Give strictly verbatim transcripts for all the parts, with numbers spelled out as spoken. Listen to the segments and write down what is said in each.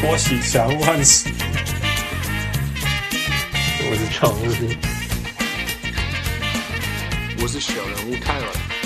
搓洗小人物汉史， 我是常务， 我是小人物泰尔。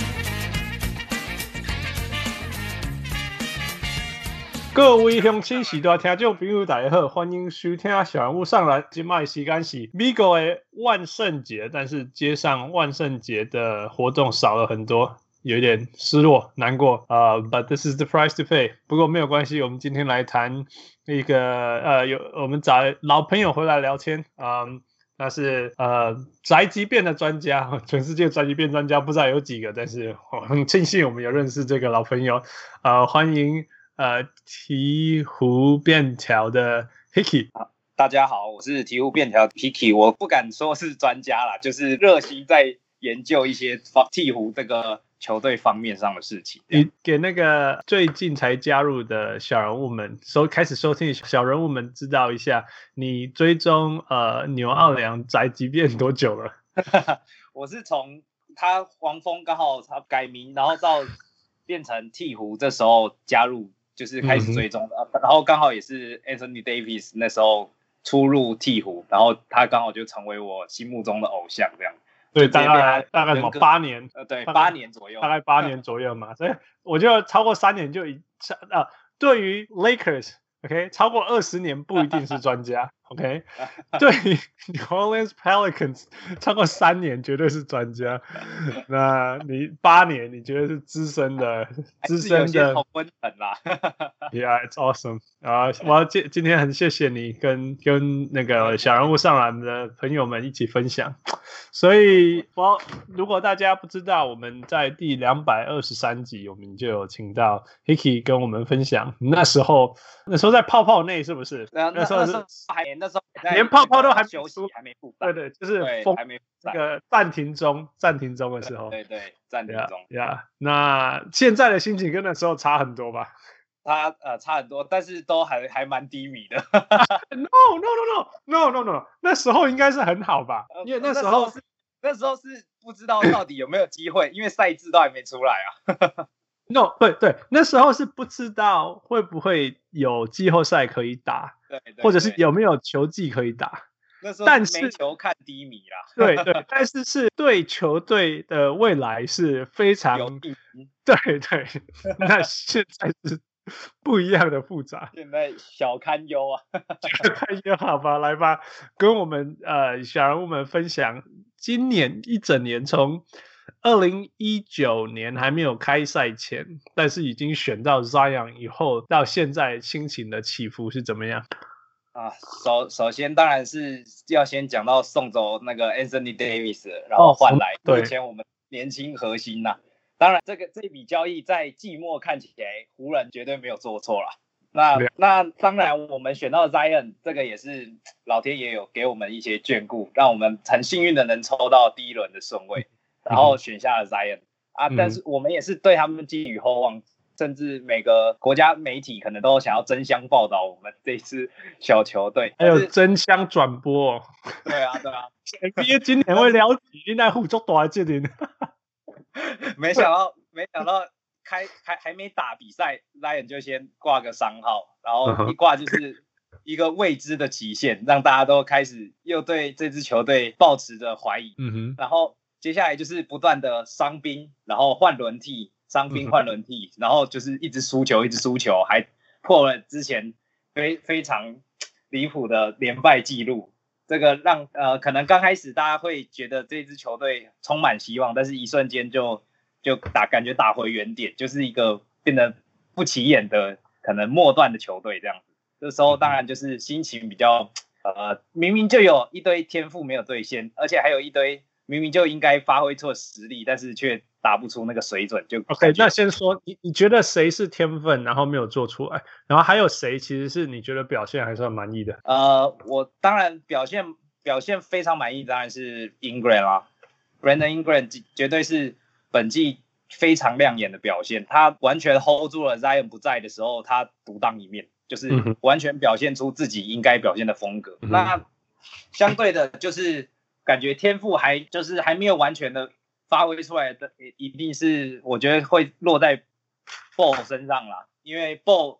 各位乡亲时代听众朋友大家好，欢迎收听小人物上篮。今麦时间是美国的万圣节，但是街上万圣节的活动少了很多，有点失落难过啊、uh, But this is the price to pay。不过没有关系，我们今天来谈一个呃，有我们找老朋友回来聊天啊。Um, 他是呃宅急便的专家，全世界宅急便专家不知道有几个，但是我很庆幸我们有认识这个老朋友。呃，欢迎呃鹈鹕便条的 Hickey。 大家好，我是鹈鹕便条 Hickey。我不敢说是专家啦，就是热心在研究一些鹈鹕这个球队方面上的事情。 你给那个最近才加入的小人物们收开始收听小人物们知道一下，你追踪呃纽奥良宅急便多久了？ 我是从他黄蜂刚好他改名，然后到变成鹈鹕，这时候加入就是开始追踪的、嗯、然后刚好也是 Anthony Davis 那时候出入鹈鹕，然后他刚好就成为我心目中的偶像这样。 对，大概大概什么八年？ 呃，对，八年左右， 大概八年左右嘛。所以我觉得超过三年就已啊，对于 Lakers，OK， 超过二十年不一定是专家，OK， 对于 New Orleans Pelicans 超过三年绝对是专家。那你八年，你觉得是资深的？资深的同温层啦。 Yeah, it's awesome 啊、uh, ！我要今今天很谢谢你跟跟那个小人物上篮的朋友们一起分享。所以，我如果大家不知道，我们在第两百二十三集，我们就有请到 Hickey 跟我们分享。那时候，那时候在泡泡内是不是？ 那那时候是还那时候连泡泡都还没休息，还没复赛。对对，就是封还没那个暂停中，暂停中的时候。 对 对, 对，暂停中。 呀、yeah, yeah ，那现在的心情跟那时候差很多吧？ 他呃差很多，但是都还还蛮低迷的。 no no no no no no no， 那时候应该是很好吧？因为那时候是那时候是不知道到底有没有机会，因为赛制都还没出来啊。 no， 对对，那时候是不知道会不会有季后赛可以打， 对对对， 或者是有没有球季可以打。 那时候没球看低迷啦。 对对，但是是对球队的未来是非常有利。 对对，那现在是不一样的复杂， 现在小堪忧啊， 小堪忧，好吧，来吧，跟我们呃小人物们分享今年一整年，从二零一九年还没有开赛前，但是已经选到 Zion 以后，到现在心情的起伏是怎么样？ 啊，首首先当然是要先讲到送走那个 Anthony Davis， 然后换来目前我们年轻核心呐、啊。当然，这个这笔交易在季末看起来，湖人绝对没有做错啦。那那当然，我们选到 Zion， 这个也是老天爷有给我们一些眷顾，让我们很幸运的能抽到第一轮的顺位，然后选下了 Zion、嗯、啊。但是我们也是对他们寄予厚望，甚至每个国家媒体可能都想要争相报道我们这支小球队， 还有争相转播、哦。 对啊，对啊 ，N B A 今年会了解，应该互足大这点。 没想到，没想到开还还没打比赛 ，Zion 就先挂个伤号，然后一挂就是一个未知的期限，让大家都开始又对这支球队抱持着怀疑。 嗯哼， 然后接下来就是不断的伤兵，然后换轮替，伤兵换轮替，然后就是一直输球，一直输球，还破了之前非非常离谱的连败纪录。这个让呃，可能刚开始大家会觉得这支球队充满希望，但是一瞬间就就打感觉打回原点，就是一个变得不起眼的可能末段的球队这样子。这时候当然就是心情比较呃，明明就有一堆天赋没有兑现，而且还有一堆明明就应该发挥出实力，但是却打不出那个水准。就 OK， 那先说你你觉得谁是天分，然后没有做出来，然后还有谁其实是你觉得表现还算满意的？ 呃，我当然表现表现非常满意，当然是 Ingram 啦 ，Brandon Ingram 绝对是本季非常亮眼的表现，他完全 hold 住了 Zion 不在的时候，他独当一面，就是完全表现出自己应该表现的风格。嗯、那相对的，就是感觉天赋还就是还没有完全的发挥出来的，一定是我觉得会落在 Ball 身上啦，因为 Ball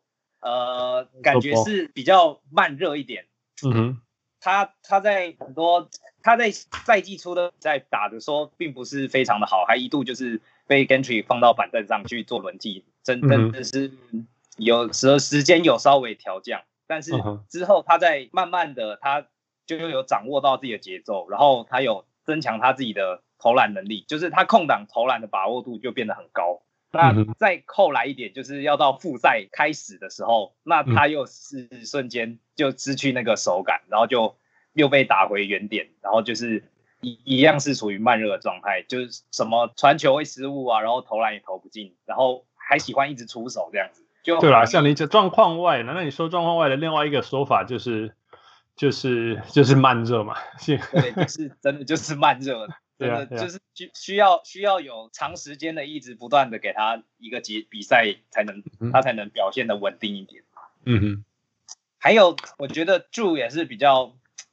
呃，感觉是比较慢热一点。 嗯哼， 他他在很多他在赛季初的在打的时候，并不是非常的好，还一度就是被 Gentry 放到板凳上去做轮替，真真的是有时候时间有稍微调降，但是之后他在慢慢的他就有掌握到自己的节奏，然后他有增强他自己的投篮能力，就是他空档投篮的把握度就变得很高。那再后来一点，就是要到复赛开始的时候，那他又是瞬间就失去那个手感，然后就又被打回原点，然后就是一一样是处于慢热的状态，就是什么传球会失误啊，然后投篮也投不进，然后还喜欢一直出手这样子。就对啦，像你讲状况外，那你说状况外的另外一个说法就是就是就是慢热嘛， 对，就是真的就是慢热。真的就是需要需要有长时间的一直不断的给他一个节比赛，才能他才能表现的稳定一点。 嗯哼， 还有我觉得 Drew 也是比较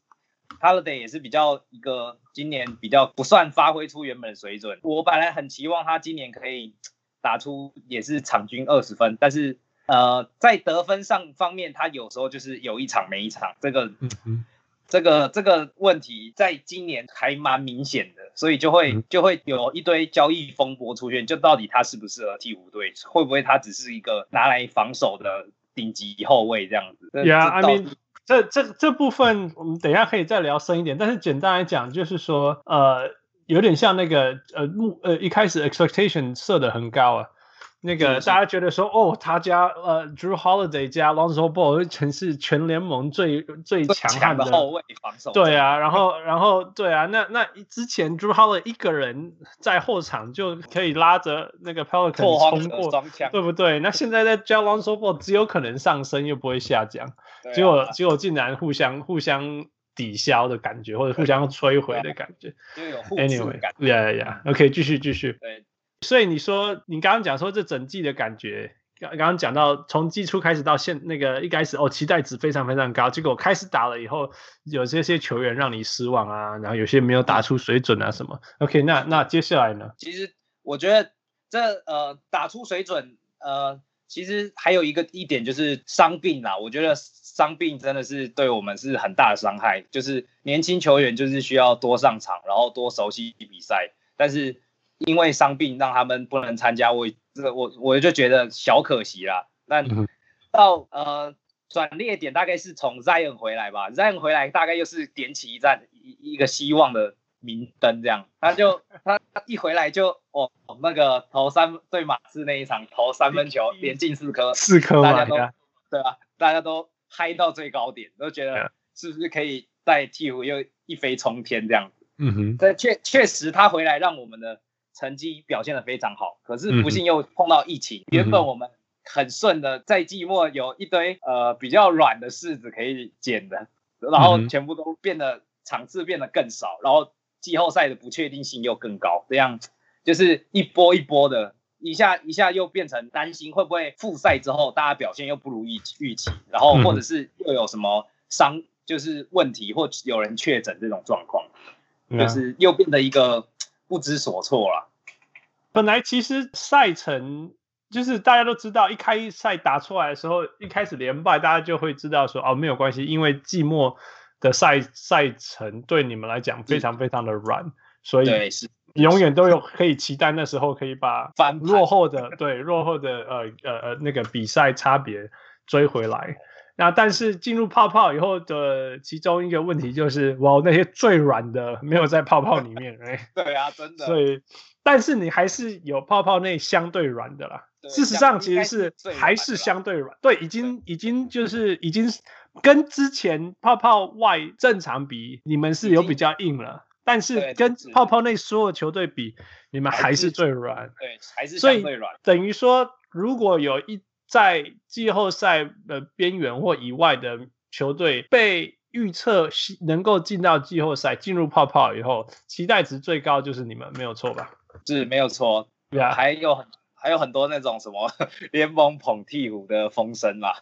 Holiday 也是比较一个今年比较不算发挥出原本的水准。我本来很期望他今年可以打出也是场均二十分，但是呃在得分上方面，他有时候就是有一场没一场，这个。嗯哼这个这个问题在今年还蛮明显的，所以就会就会有一堆交易风波出现。就到底他适不适合鹈鹕队？会不会他只是一个拿来防守的顶级后卫这样子 ？Yeah, I mean, 这这这部分我们等一下可以再聊深一点。但是简单来讲，就是说，呃，有点像那个呃目呃一开始 expectation 设得很高啊。那个大家觉得说，哦，他加呃 Drew Holiday 加 Lonzo Ball 全是全联盟最最强悍的后卫防守。 对啊，然后然后对啊，那那之前 Drew Holiday 一个人在后场就可以拉着那个 Pelican 冲过，对不对？那现在在加 Lonzo Ball 只有可能上升又不会下降， 啊、 结果结果竟然互相互相抵消的感觉，或者互相摧毁的感觉， 就有互斥感。 Anyway, yeah, yeah, OK， 继续继续。 对。 所以你说，你刚刚讲说这整季的感觉，刚刚讲到从季初开始到现那个一开始哦，期待值非常非常高，结果开始打了以后，有这些球员让你失望啊，然后有些没有打出水准啊什么。OK， 那那接下来呢？ 其实我觉得这呃打出水准，呃，其实还有一个一点就是伤病啦。我觉得伤病真的是对我们是很大的伤害，就是年轻球员就是需要多上场，然后多熟悉比赛，但是。因为伤病让他们不能参加，我我我就觉得小可惜啦。但到呃转捩点大概是从 Zion 回来吧 ，Zion 回来大概又是点起一盏一个希望的明灯，这样他就他一回来就哦那个投三对马刺那一场投三分球连进四颗， 四颗大家都对吧？大家都嗨到最高点，都觉得是不是可以带鹈鹕又一飞冲天这样子？ 嗯哼， 但确确实他回来让我们的。成绩表现得非常好，可是不幸又碰到疫情。嗯、原本我们很顺的，在季末有一堆呃比较软的柿子可以捡的，然后全部都变得场次变得更少，然后季后赛的不确定性又更高，这样就是一波一波的，一下一下又变成担心会不会复赛之后大家表现又不如预预期，然后或者是又有什么伤就是问题或有人确诊这种状况，就是又变得一个。不知所措了。 本来其实赛程就是大家都知道，一开赛打出来的时候，一开始连败，大家就会知道说哦没有关系，因为季末的赛赛程对你们来讲非常非常的软，所以永远都有可以期待那时候可以把落后的对落后的呃呃呃那个比赛差别追回来。那但是进入泡泡以后的其中一个问题就是，哇，那些最软的没有在泡泡里面，哎， 对啊，真的。 所以，但是你还是有泡泡内相对软的啦。事实上，其实是还是相对软，对，已经已经就是已经跟之前泡泡外正常比，你们是有比较硬了，但是跟泡泡内所有球队比，你们还是最软， 对，还是相对软。 等于说，如果有一在季后赛的边缘或以外的球队被预测能够进到季后赛，进入泡泡以后，期待值最高就是你们，没有错吧？ 是没有错， yeah. 还有很还有很多那种什么联盟捧鹈鹕的风声嘛。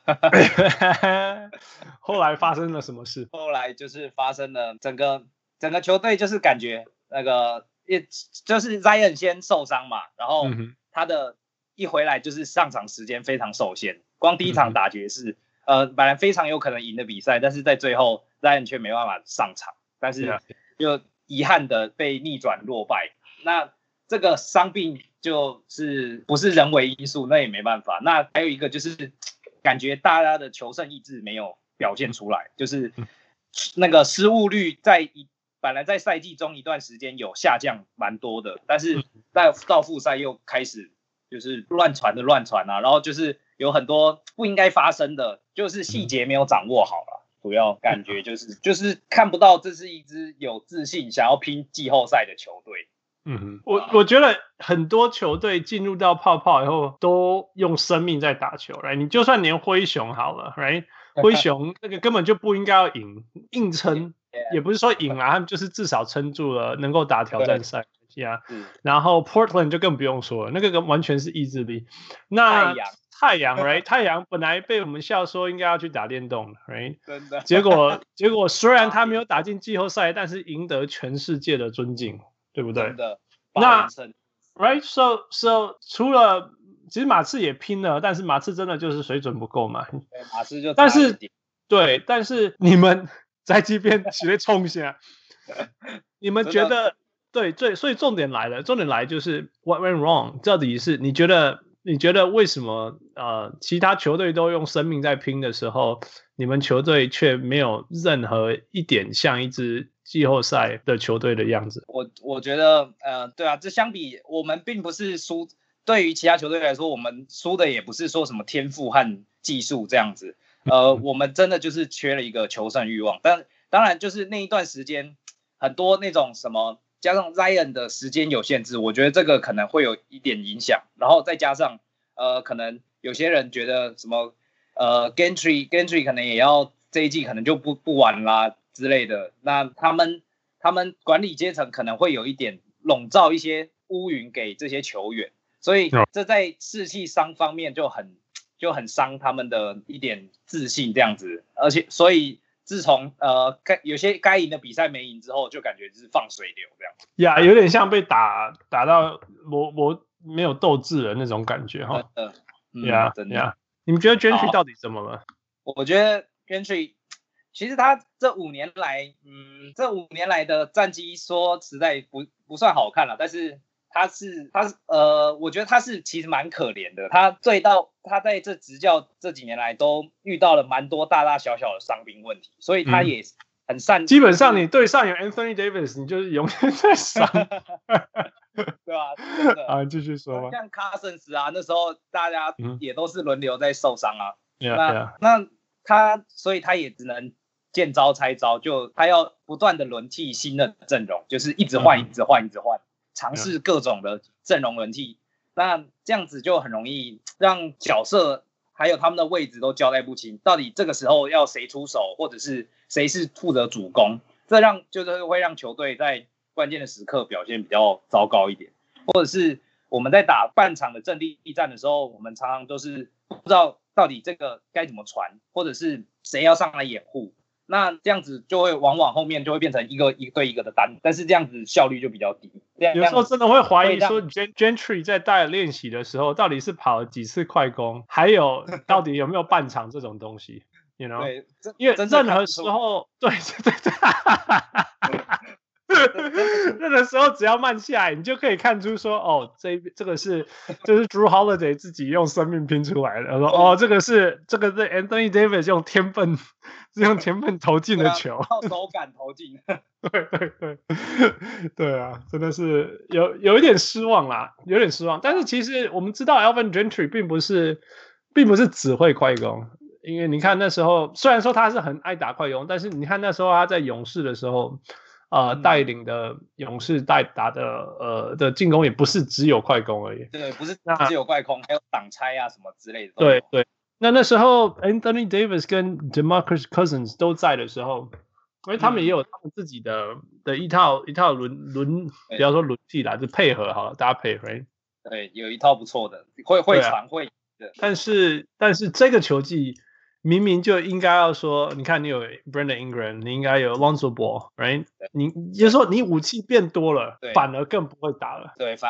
后来发生了什么事？ 后来就是发生了整个整个球队就是感觉那个，就是 Zion 先受伤嘛，然后他的。一回来就是上场时间非常受限， 光第一场打爵士，呃，本来非常有可能赢的比赛，但是在最后 Zion 却没办法上场，但是就遗憾的被逆转落败。那这个伤病就是不是人为因素，那也没办法。那还有一个就是感觉大家的求胜意志没有表现出来，就是那个失误率在一本来在赛季中一段时间有下降蛮多的，但是在到复赛又开始就是乱传的乱传啊，然后就是有很多不应该发生的，就是细节没有掌握好了。主要感觉就是就是看不到这是一支有自信想要拼季后赛的球队。 嗯，我我觉得很多球队进入到泡泡以后都用生命在打球 ，right？ 你就算连灰熊好了 ，right？ 灰熊那个根本就不应该要赢，硬撑也不是说赢啊，他们就是至少撑住了，能够打挑战赛。Yeah， 然后 Portland 就更不用说了，那个完全是意志力。那太阳 ，right？ 太阳本来被我们笑说应该要去打电动 ，right？ 真的， 结果结果虽然他没有打进季后赛，但是赢得全世界的尊敬。对不对？ 真的， 那 right so so 除了其实马刺也拼了，但是马刺真的就是水准不够嘛。 对，马刺就但是对，但是你们在这边直接冲一下，你们觉得对对，所以重点来了，重点来就是 what went wrong？ 到底是你觉得你觉得为什么呃其他球队都用生命在拼的时候，你们球队却没有任何一点像一支季后赛的球队的样子？ 我我觉得，呃，对啊，这相比我们并不是输，对于其他球队来说，我们输的也不是说什么天赋和技术这样子，呃，我们真的就是缺了一个求胜欲望。但当然，就是那一段时间，很多那种什么，加上 Zion 的时间有限制，我觉得这个可能会有一点影响。然后再加上，呃，可能有些人觉得什么，呃 ，Gentry Gentry 可能也要这一季可能就不不玩啦。之类的，那他们他们管理阶层可能会有一点笼罩一些乌云给这些球员，所以这在士气伤方面就很就很伤他们的一点自信这样子，而且所以自从呃该有些该赢的比赛没赢之后，就感觉就是放水流这样。 呀、yeah, ，有点像被打打到我我没有斗志的那种感觉哈。 嗯， 呀、yeah, 真的。 Yeah. 你们觉得 Gentry 到底怎么了？ 我觉得 Gentry。其实他这五年来，嗯，这五年来的战绩说实在不不算好看了，但是他是他是呃，我觉得他是其实蛮可怜的。他最到他在这执教这几年来都遇到了蛮多大大小小的伤病问题，所以他也很善。嗯、 基本上你对上有 Anthony Davis， 你就是永远在伤， 对吧、啊？真的啊，继续说吧。 像 Cousins 啊，那时候大家也都是轮流在受伤啊。 嗯、那 yeah, yeah. 那他所以他也只能。见招拆招，就他要不断的轮替新的阵容，就是一直换、一直换、一直换，尝试各种的阵容轮替。那这样子就很容易让角色还有他们的位置都交代不清，到底这个时候要谁出手，或者是谁是负责主攻，这让就是会让球队在关键的时刻表现比较糟糕一点，或者是我们在打半场的阵地战的时候，我们常常都是不知道到底这个该怎么传，或者是谁要上来掩护。那这样子就会往往后面就会变成一个一对一个的单，但是这样子效率就比较低。 有时候真的会怀疑说 Gentry 在带练习的时候，到底是跑了几次快攻，还有到底有没有半场这种东西 ，you know？ 对， 因为任何时候，对对对。那个时候只要慢下来，你就可以看出说，哦，这这个是这是 Drew Holiday 自己用生命拼出来的。说，哦，这个是这个是 Anthony Davis 用天分，是用天分投进的球， 靠手感投进。 对对对，对啊，真的是有有一点失望啦，有点失望。但是其实我们知道 Alvin Gentry 并不是并不是只会快攻，因为你看那时候虽然说他是很爱打快攻，但是你看那时候他在勇士的时候。呃，带领的勇士带打的呃的进攻也不是只有快攻而已， 对，不是只有快攻，还有挡拆啊什么之类的。 对对，那那时候 Anthony Davis 跟 DeMarcus Cousins 都在的时候，因为他们也有他们自己的、嗯、的一套一套轮轮，不要说轮替啦，就配合好了搭配 ，right？ 对，有一套不错的，会会传会的。 但是但是这个球季。明明就应该要说，你看你有 Brandon Ingram， 你应该有 Lonzo Ball，right？ 你就是说你武器变多了，反而更不会打了。 对，反而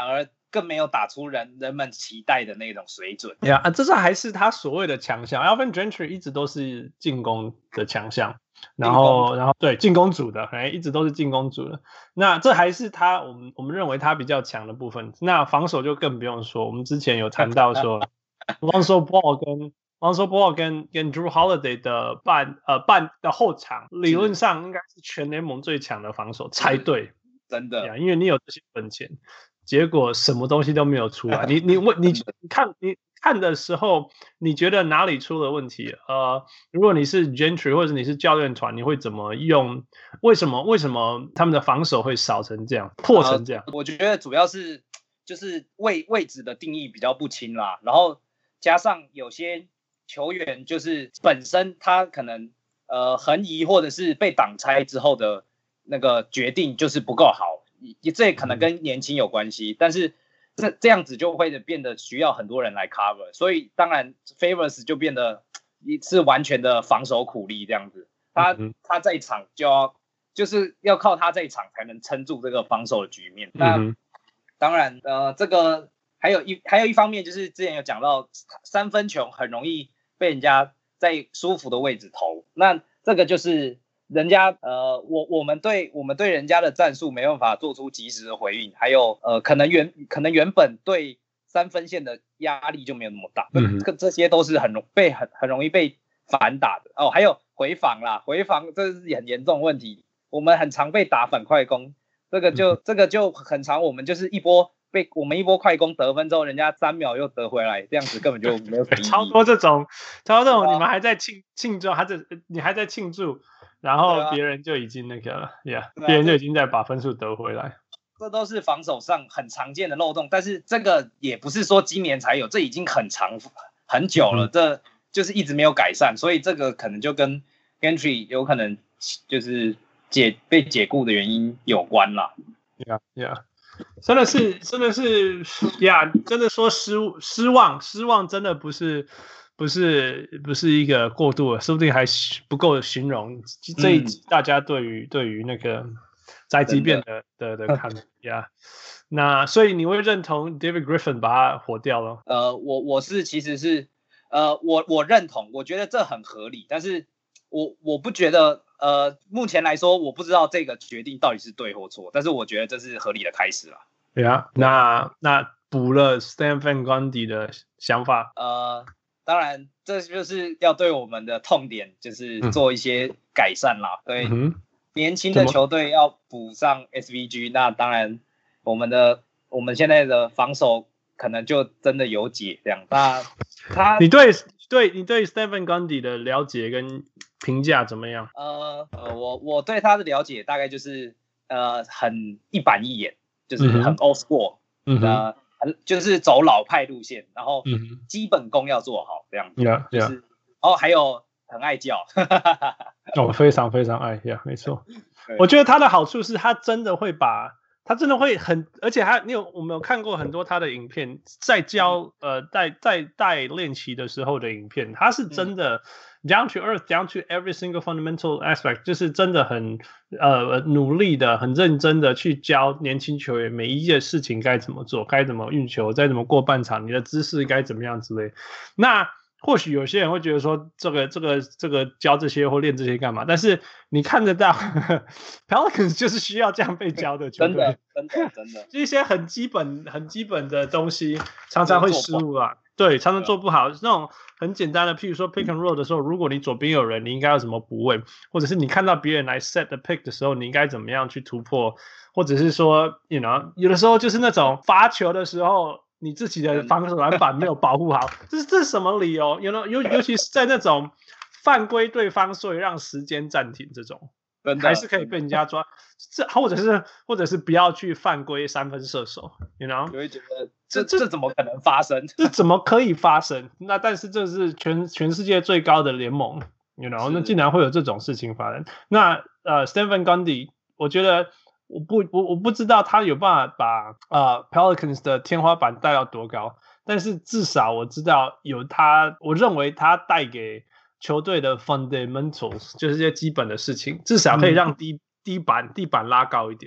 更没有打出人人们期待的那种水准。 呀、yeah, 啊，这是还是他所谓的强项。Alvin Gentry 一直都是进攻的强项，然后然后对进攻组的，哎，一直都是进攻组的。那这还是他我们我们认为他比较强的部分。那防守就更不用说，我们之前有谈到说，Lonzo Ball 跟 Lonzo Ball 跟跟 Drew Holiday 的半呃半的后场，理论上应该是全联盟最强的防守才对， 真的， yeah, 因为你有这些本钱。结果什么东西都没有出来，你你问你看你看的时候，你觉得哪里出了问题？呃，如果你是 Gentry 或者你是教练团，你会怎么用？为什么为什么他们的防守会少成这样，破成这样？ 呃、我觉得主要是就是位位置的定义比较不清啦，然后加上有些球员就是本身他可能呃横移或者是被挡拆之后的那个决定就是不够好。这也可能跟年轻有关系，但是这这样子就会变得需要很多人来 cover， 所以当然 Favors 就变得是完全的防守苦力这样子，他他这一场就要就是要靠他这一场才能撑住这个防守的局面。那当然呃这个还有一还有一方面就是之前有讲到三分球很容易被人家在舒服的位置投，那这个就是人家呃，我我们对我们对人家的战术没办法做出及时的回应，还有呃，可能原可能原本对三分线的压力就没有那么大，嗯、这这些都是很容被很很容易被反打的哦。还有回防啦，回防这是很严重的问题，我们很常被打反快攻，这个就、嗯、这个就很常，我们就是一波被我们一波快攻得分之后，人家三秒又得回来，这样子根本就没有意义。 超多这种，超多这种，你们还在庆庆祝，还在你还在庆祝。然后别人就已经那个了 ，Yeah， 别人就已经在把分数得回来。 这都是防守上很常见的漏洞，但是这个也不是说今年才有，这已经很长很久了，嗯、这就是一直没有改善，所以这个可能就跟 Gentry 有可能就是解被解雇的原因有关啦。 Yeah, Yeah， 真的是真的是 Yeah， 真的说失失望失望，真的不是。不是不是一个过度的，说不定还不够形容这一集大家对于、嗯、对于那个宅急便的的的看法呀。那所以你会认同 David Griffin 把他火掉了？ 呃，我我是其实是呃我我认同，我觉得这很合理，但是我我不觉得呃目前来说我不知道这个决定到底是对或错，但是我觉得这是合理的开始了。 对啊，那那补了 Stan Van Gundy 的想法， 呃。当然，这就是要对我们的痛点，就是做一些改善啦。嗯、对、嗯，年轻的球队要补上 S V G， 那当然，我们的我们现在的防守可能就真的有解这样。那他， 你对对你对 Stephen Gundy 的了解跟评价怎么样？ 呃呃，我我对他的了解大概就是呃很一板一眼，就是很 old school， 嗯呃。就是走老派路线，然后基本功要做好，这样子。 Yeah, 就是， yeah. 哦，还有很爱叫， 哦，非常非常爱呀， yeah, 没错。我觉得他的好处是他真的会把，他真的会很，而且他，你有我们有看过很多他的影片，在教呃在在带练习的时候的影片，他是真的。嗯Down to earth, down to every single fundamental aspect， 就是真的很呃努力的、很认真的去教年轻球员每一件事情该怎么做，该怎么运球，该怎么过半场，你的姿势该怎么样之类。那或许有些人会觉得说，这个、这个、这个教这些或练这些干嘛？但是你看得到，Pelicans 就是需要这样被教的球队， 真的、真的、真的， 一些很基本、很基本的东西，常常会失误啊。对，常常做不好，那种很简单的，譬如说 pick and roll 的时候，如果你左边有人，你应该要怎么补位，或者是你看到别人来 set the pick 的时候，你应该怎么样去突破，或者是说 ，you know， 有的时候就是那种罚球的时候，你自己的防守篮板没有保护好，这是这是什么理由 ？you know， 尤尤其是在那种犯规对方，所以让时间暂停这种。还是可以被人家抓，这或者是或者是不要去犯规三分射手 ，you know， 就会觉得这这怎么可能发生？ 这怎么可以发生？那但是这是全全世界最高的联盟 ，you know， 那竟然会有这种事情发生。那呃 ，Stephen Gundy， 我觉得我不我我不知道他有办法把呃 Pelicans 的天花板带到多高，但是至少我知道有他，我认为他带给球队的 fundamentals 就是这些基本的事情，至少可以让低、嗯、低板地板拉高一点。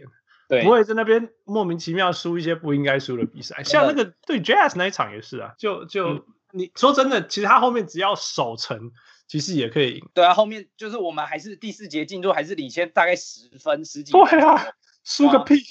不会在那边莫名其妙输一些不应该输的比赛。像那个对 Jazz 那一场也是啊，就就、嗯、你说真的，其实他后面只要守成，其实也可以赢。 对啊，后面就是我们还是第四节进入还是领先大概十分十几分。 对啊，输个屁！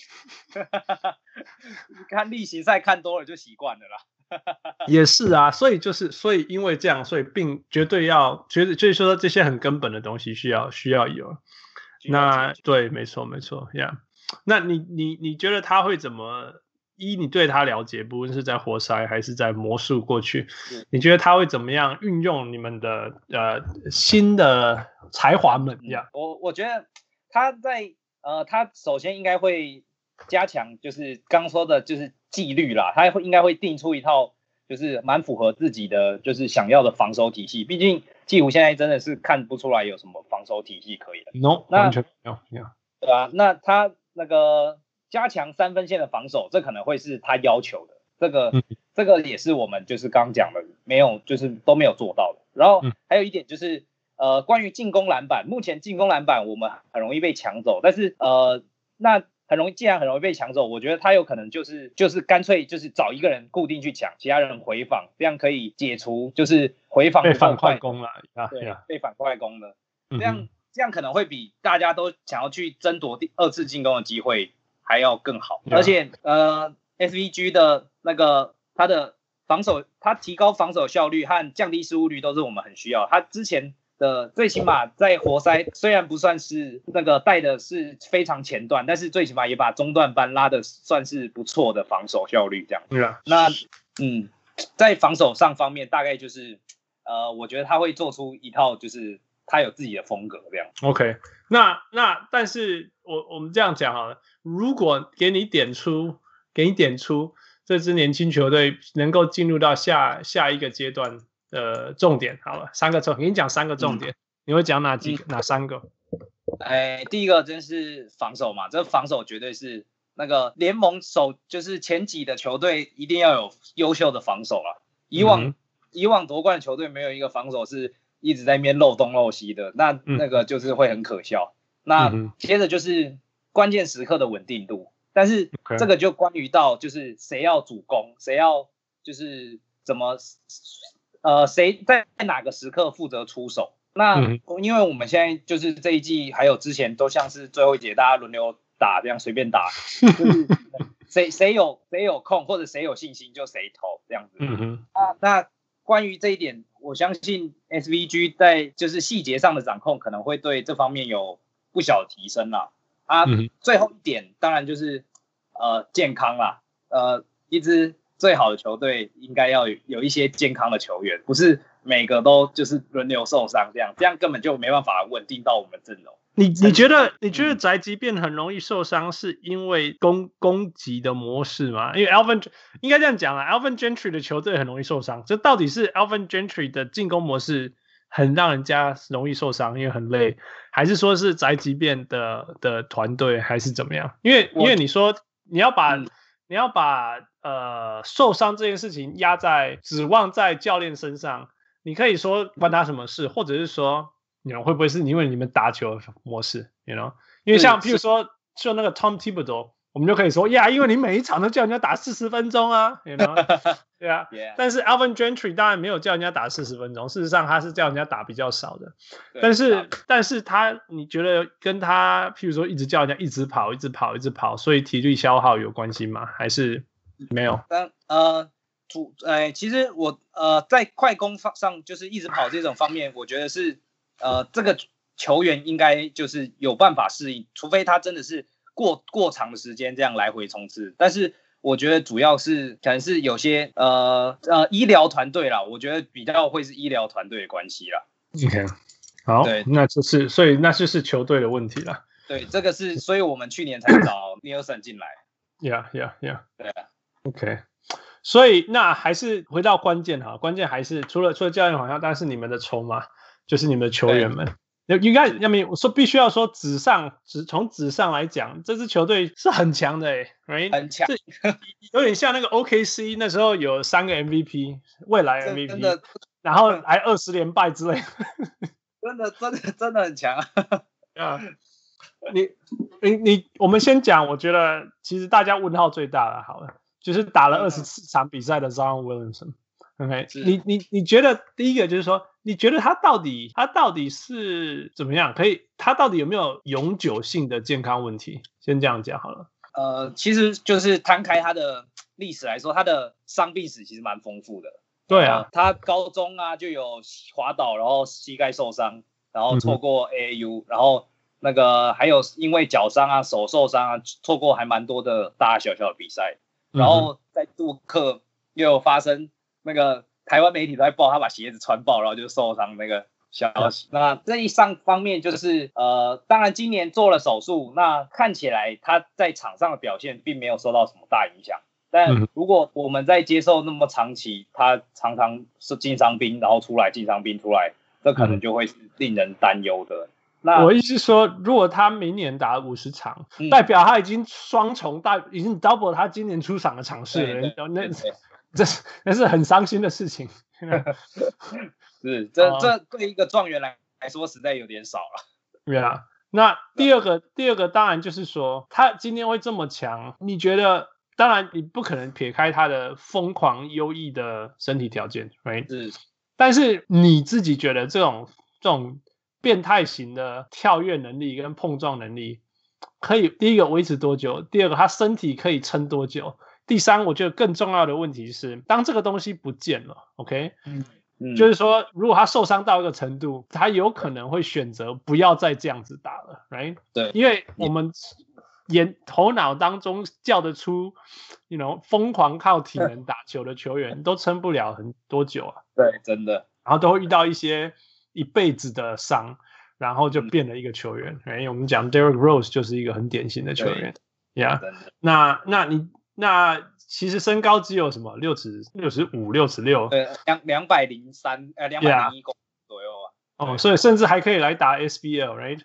看例行赛看多了就习惯了啦。 也是啊，所以就是所以因为这样，所以并绝对要绝对就是说这些很根本的东西需要需要有。那对，没错没错呀。Yeah. 那你你你觉得他会怎么？依你对他了解，不论是在活塞还是在魔术过去，你觉得他会怎么样运用你们的呃新的才华们呀？ 我我觉得他在呃，他首先应该会加强，就是刚说的，就是纪律啦。他会应该会定出一套，就是蛮符合自己的，就是想要的防守体系。毕竟鹈鹕现在真的是看不出来有什么防守体系可以的。 No， 完全没有。 对啊，那他那个加强三分线的防守，这可能会是他要求的。这个、嗯、这个也是我们就是刚讲的，没有就是都没有做到的。然后还有一点就是。呃，关于进攻篮板，目前进攻篮板我们很容易被抢走，但是呃，那很容易，既然很容易被抢走，我觉得他有可能就是就是干脆就是找一个人固定去抢，其他人回防，这样可以解除就是回防被反快攻了， 对，啊、被反快攻的，这样、嗯、这样可能会比大家都想要去争夺第二次进攻的机会还要更好，而且呃 ，S V G 的那个他的防守，他提高防守效率和降低失误率都是我们很需要，他之前。的最起码在活塞虽然不算是那个带的是非常前段，但是最起码也把中段班拉的算是不错的防守效率这样。 Yeah. 那嗯，在防守上方面大概就是呃，我觉得他会做出一套就是他有自己的风格这样。 OK， 那那但是我我们这样讲好了，如果给你点出给你点出这支年轻球队能够进入到下下一个阶段。呃，重点好了，三个重，给你讲三个重点，嗯、你会讲哪几个？嗯、哪三个？ 哎，第一个真是防守嘛，这防守绝对是那个联盟首就是前几的球队一定要有优秀的防守啦。以往、嗯、以往夺冠的球队没有一个防守是一直在那边漏东漏西的，那、嗯、那个就是会很可笑。那接着就是关键时刻的稳定度，但是这个就关于到就是谁要主攻，谁要就是怎么。呃，谁在哪个时刻负责出手？那、嗯、因为我们现在就是这一季还有之前都像是最后一节大家轮流打这样随便打，就是谁谁有谁有空或者谁有信心就谁投这样子。 嗯哼。 啊，那关于这一点，我相信 S V G 在就是细节上的掌控可能会对这方面有不小的提升啦。啊，嗯、最后一点当然就是呃健康啦，呃一支。最好的球队应该要有一些健康的球员，不是每个都就是轮流受伤这样，这样根本就没办法稳定到我们阵容。 你你觉得你觉得宅急便很容易受伤，是因为攻攻击的模式吗？因为 Alvin 应该这样讲啊 ，Alvin Gentry 的球队很容易受伤，这到底是 Alvin Gentry 的进攻模式很让人家容易受伤，因为很累，还是说是宅急便的的团队，还是怎么样？因为因为你说你要把、嗯、你要把呃，受伤这件事情压在指望在教练身上，你可以说关他什么事，或者是说你们会不会是因为你们打球模式 ，you know？ 因为像譬如说，就那个 Tom Thibodeau， 我们就可以说呀，因为你每一场都叫人家打四十分钟啊 ，you know？ 对啊， yeah. 但是 Alvin Gentry 当然没有叫人家打四十分钟，事实上他是叫人家打比较少的，但是但是他你觉得跟他譬如说一直叫人家一直跑、一直跑、一直跑，所以体力消耗有关系吗？还是？没有， 但呃，主呃，其实我呃在快攻上就是一直跑这种方面，我觉得是呃这个球员应该就是有办法适应，除非他真的是过过长的时间这样来回冲刺。但是我觉得主要是可能是有些呃呃医疗团队啦，我觉得比较会是医疗团队的关系啦。 OK， 好，对，那就是所以那就是球队的问题啦。 对，这个是，所以我们去年才找 Nielsen 进来。 Yeah, yeah, yeah. 对啊。 OK， 所以那还是回到关键哈，关键还是除了除了教练好像，但是你们的筹码就是你们的球员们。应该要么我说必须要说纸上纸从纸上来讲，这支球队是很强的哎、欸， right? 很强， 有点像那个 O K C 那时候有三个 M V P， 未来 M V P， 然后还二十连败之类的， 真的真的真的很强啊！ 啊， 你你你，我们先讲，我觉得其实大家问号最大了，好了，就是打了二十四场比赛的 Zion Williamson。OK， 你你你觉得第一个就是说，你觉得他到底他到底是怎么样？可以，他到底有没有永久性的健康问题？先这样讲好了。 呃，其实就是摊开他的历史来说，他的伤病史其实蛮丰富的。 对啊， 呃、他高中啊就有滑倒，然后膝盖受伤，然后错过 A A U，、嗯、然后那个还有因为脚伤啊、手受伤啊，错过还蛮多的大大小小的比赛。然后在杜克又有发生那个台湾媒体都在报他把鞋子穿爆，然后就受伤那个消息。那这一上方面就是呃，当然今年做了手术，那看起来他在场上的表现并没有受到什么大影响。但如果我们在接受那么长期，他常常是进伤兵，然后出来进伤兵出来，这可能就会是令人担忧的。那我意思是说，如果他明年打五十场、嗯，代表他已经双重大，已经 double 他今年出场的场次了，那这那是很伤心的事情。 是，这这对一个状元来来说，实在有点少了。 对啊，那第二个，第二个当然就是说，他今天会这么强，你觉得？当然，你不可能撇开他的疯狂优异的身体条件 ，right？ 是，但是你自己觉得这种这种变态型的跳跃能力跟碰撞能力，可以第一个维持多久？第二个他身体可以撑多久？第三，我觉得更重要的问题是，当这个东西不见了 ，OK？ 嗯嗯，就是说，如果他受伤到一个程度，他有可能会选择不要再这样子打了 ，right？ 对，因为我们。眼头脑当中叫得出 ，you know， 疯狂靠体能打球的球员都撑不了很多久啊。 对，真的。 然后都会遇到一些一辈子的伤，然后就变了一个球员。哎、嗯，我们讲 Derrick Rose 就是一个很典型的球员。Yeah， 那那你那其实身高只有什么六尺六尺五六尺六， 对，两两百零三呃两百零一公左右啊。 哦，所以甚至还可以来打 S B L，right？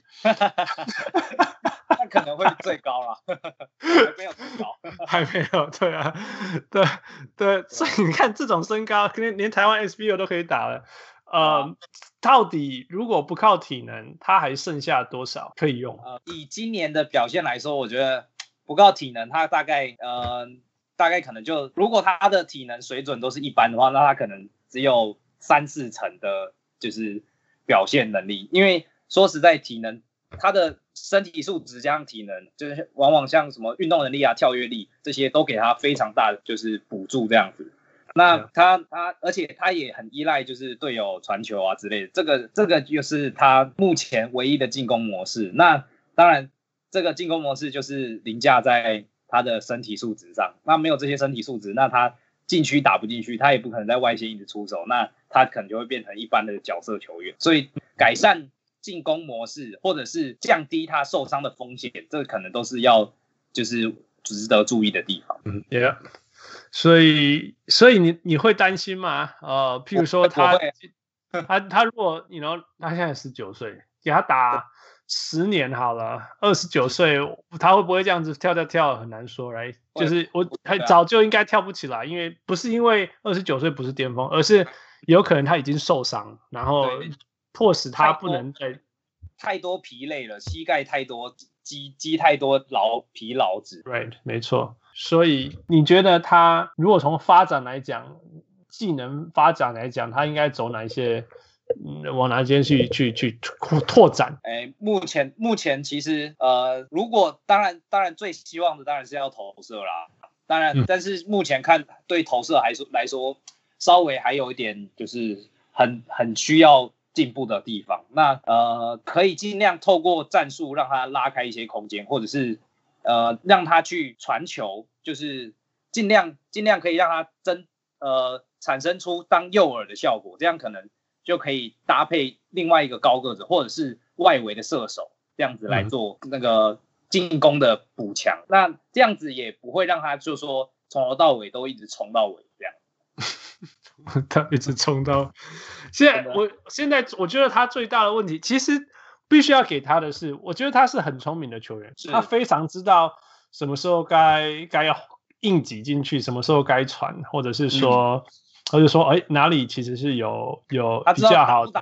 那可能会最高啦，还没有最高， 还没有，对啊，对对，所以你看这种身高，连连台湾 S B L 都可以打了，呃，到底如果不靠体能，他还剩下多少可以用？ 呃，以今年的表现来说，我觉得不靠体能，他大概呃，大概可能就，如果他的体能水准都是一般的话，那他可能只有三四成的，就是表现能力，因为说实在，体能他的身体素质加上体能，就是往往像什么运动能力啊、跳跃力这些都给他非常大的就是补助这样子。那他他而且他也很依赖就是队友传球啊之类的，这个这个就是他目前唯一的进攻模式。那当然这个进攻模式就是凌驾在他的身体素质上。那没有这些身体素质，那他禁区打不进去，他也不可能在外线一直出手，那他可能就会变成一般的角色球员。所以改善进攻模式，或者是降低他受伤的风险，这可能都是要就是值得注意的地方。 嗯 ，Yeah。所以，所以你你会担心吗？呃，譬如说他他他如果你 you know 他现在十九岁，给他打十年好了，二十九岁他会不会这样子跳跳跳？很难说 ，right？ 就是我很早就应该跳不起来，因为不是因为二十九岁不是巅峰，而是有可能他已经受伤，然后迫使他不能再太多疲累了，膝盖太多肌肌太多劳疲劳值 ，right？ 没错。所以你觉得他如果从发展来讲，技能发展来讲，他应该走哪一些，嗯、往哪间去去去拓展？ 哎，目前目前其实呃，如果当然当然最希望的当然是要投射啦，当然，嗯、但是目前看对投射来说来说，稍微还有一点就是很很需要进步的地方。那呃，可以尽量透过战术让他拉开一些空间，或者是。呃，让他去传球，就是尽量尽量可以让他真呃产生出当诱饵的效果，这样可能就可以搭配另外一个高个子或者是外围的射手，这样子来做那个进攻的补强。嗯、那这样子也不会让他就说从头到尾都一直冲到尾这样。 他一直冲到现在，我现在我觉得他最大的问题其实。必须要给他的是，我觉得他是很聪明的球员，他非常知道什么时候该该要硬挤进去，什么时候该传，或者是说，嗯、或者说，哎，哪里其实是有有比较好打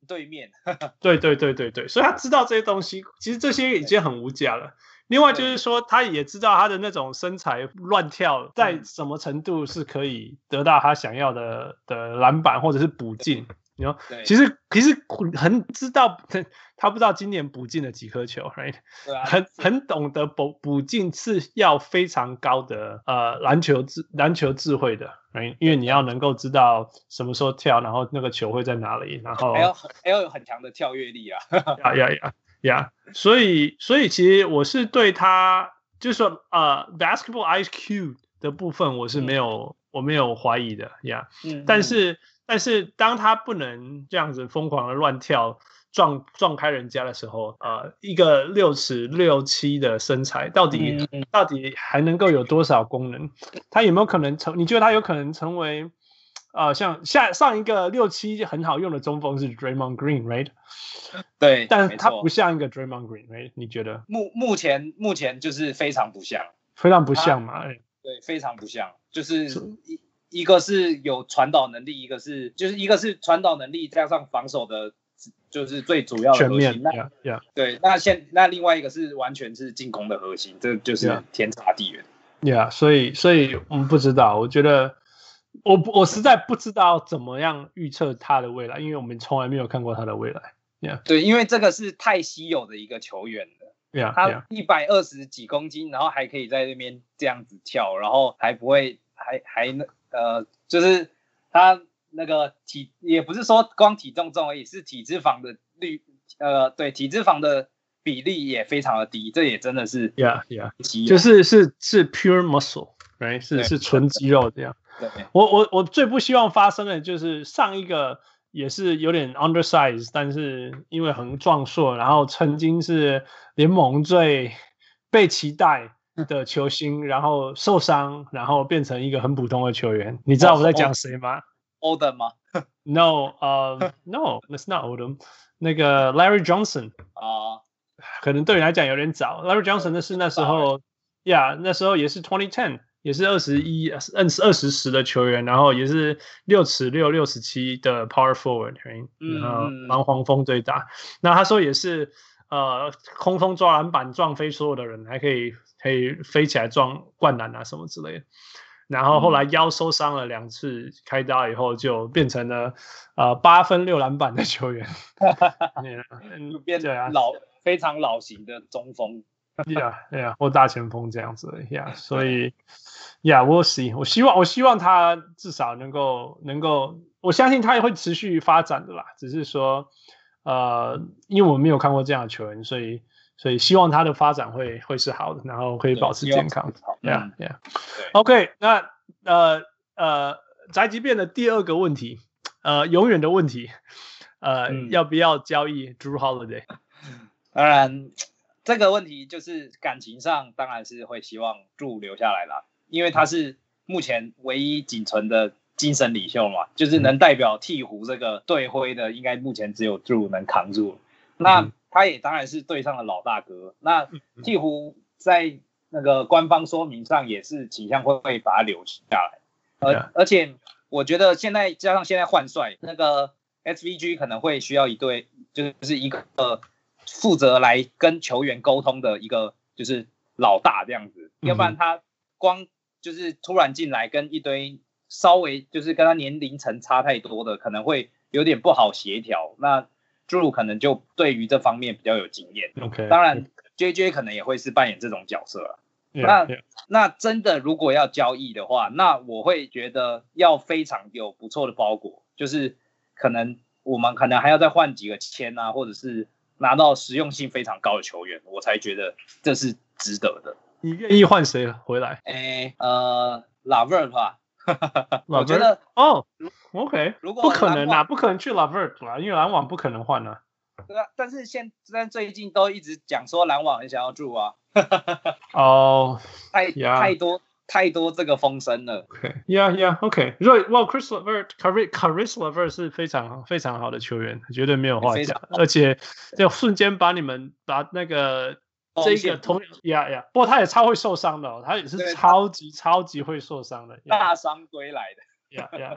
对面。 对对对对对，所以他知道这些东西，其实这些已经很无价了。另外就是说，他也知道他的那种身材乱跳，在什么程度是可以得到他想要的的篮板或者是补进。你说，其实其实很知道，他不知道今年补进了几颗球 ，right？ 对啊， 很很懂得补补进是要非常高的呃篮球智篮球智慧的 ，right？ 因为你要能够知道什么时候跳，然后那个球会在哪里，然后还要还要有很强的跳跃力啊。 呀呀呀呀！所以所以其实我是对他，就是说呃 basketball I Q 的部分我是没有、嗯、我没有怀疑的呀。嗯，但是。但是当他不能这样子疯狂的乱跳撞撞开人家的时候，呃，一个六尺六七的身材，到底、嗯、到底还能够有多少功能？他有没有可能成？你觉得他有可能成为，呃，像下上一个六七很好用的中锋是 Draymond Green，right？ 对， 但他不像一个 Draymond Green，right？ 你觉得？ 目目前目前就是非常不像， 非常不像嘛？ 对，非常不像，就是一。一个是有传导能力，一个是就是一个是传导能力加上防守的，就是最主要的核心。那 yeah, yeah. 对，那现那另外一个是完全是进攻的核心，这就是天差地远。 Yeah， 所以所以我们不知道，我觉得我我实在不知道怎么样预测他的未来，因为我们从来没有看过他的未来。Yeah， 对，因为这个是太稀有的一个球员了。 Yeah， 他一百二十几公斤，然后还可以在那边这样子跳，然后还不会还还那。呃，就是他那个体，也不是说光体重重而已，是体脂肪的率，呃，对，体脂肪的比例也非常的低，这也真的是 ，yeah yeah， 就是是是 pure muscle，right？ 是是纯肌肉这样。 对， 我我我最不希望发生的就是上一个也是有点 undersize， 但是因为很壮硕，然后曾经是联盟最被期待的球星，然后受伤，然后变成一个很普通的球员。你知道我在讲谁吗 ？Odom 吗 ？No， 呃、uh, ，No，that's not Odom。那个 Larry Johnson 啊， uh, 可能对你来讲有点早。Larry Johnson 那是那时候呀， yeah, 那时候也是二零十，也是二十一、二十十的球员，然后也是六尺六、六十七的 power forward， 然后蛮黄蜂最大。那他说也是呃，空中抓篮板撞飞所有的人，还可以。可以飞起来撞灌篮啊什么之类的，然后后来腰受伤了两次，开刀以后就变成了呃八分六篮板的球员， 就变老非常老型的中锋， 对啊对啊，或大前锋这样子呀， yeah, 所以呀、yeah, we'll see， 我希望我希望他至少能够能够，我相信他也会持续发展的啦，只是说呃，因为我们没有看过这样的球员，所以。所以希望他的发展会会是好的，然后可以保持健康。Yeah, yeah. OK， 那呃呃，宅急便的第二个问题，呃，永远的问题，呃，嗯、要不要交易 Drew Holiday？ 当然，这个问题就是感情上当然是会希望 Drew 留下来啦，因为他是目前唯一仅存的精神领袖嘛，就是能代表鹈鹕这个队徽的，应该目前只有 Drew 能扛住。那、嗯他也当然是队上的老大哥，那鹈鹕在那个官方说明上也是倾向会把他留下来，而而且我觉得现在加上现在换帅，那个 S V G 可能会需要一对，就是一个负责来跟球员沟通的一个就是老大这样子，要不然他光就是突然进来跟一堆稍微就是跟他年龄层差太多的，可能会有点不好协调。那Drew 可能就对于这方面比较有经验。 Okay. 当然 J J 可能也会是扮演这种角色了。 Yeah, 那 yeah. 那真的如果要交易的话，那我会觉得要非常有不错的包裹，就是可能我们可能还要再换几个签啊，或者是拿到实用性非常高的球员，我才觉得这是值得的。 你愿意换谁回来？ 哎，呃 ，LeVert 吧。我觉得哦 ，OK， 如果不可能啊，不可能去 LeVert 啦，因为篮网不可能换啊。 对啊，但是现但最近都一直讲说篮网很想要住啊。 哦， 太 yeah. 太多太多这个风声了。 OK，Yeah Yeah，OK。Well, Chris LeVert、Caris LeVert 是非常非常好的球员，绝对没有话讲，而且就瞬间把你们把那个。这个同呀呀，不过他也超会受伤的、哦，他也是超级超级会受伤的， 大伤归来的。 呀呀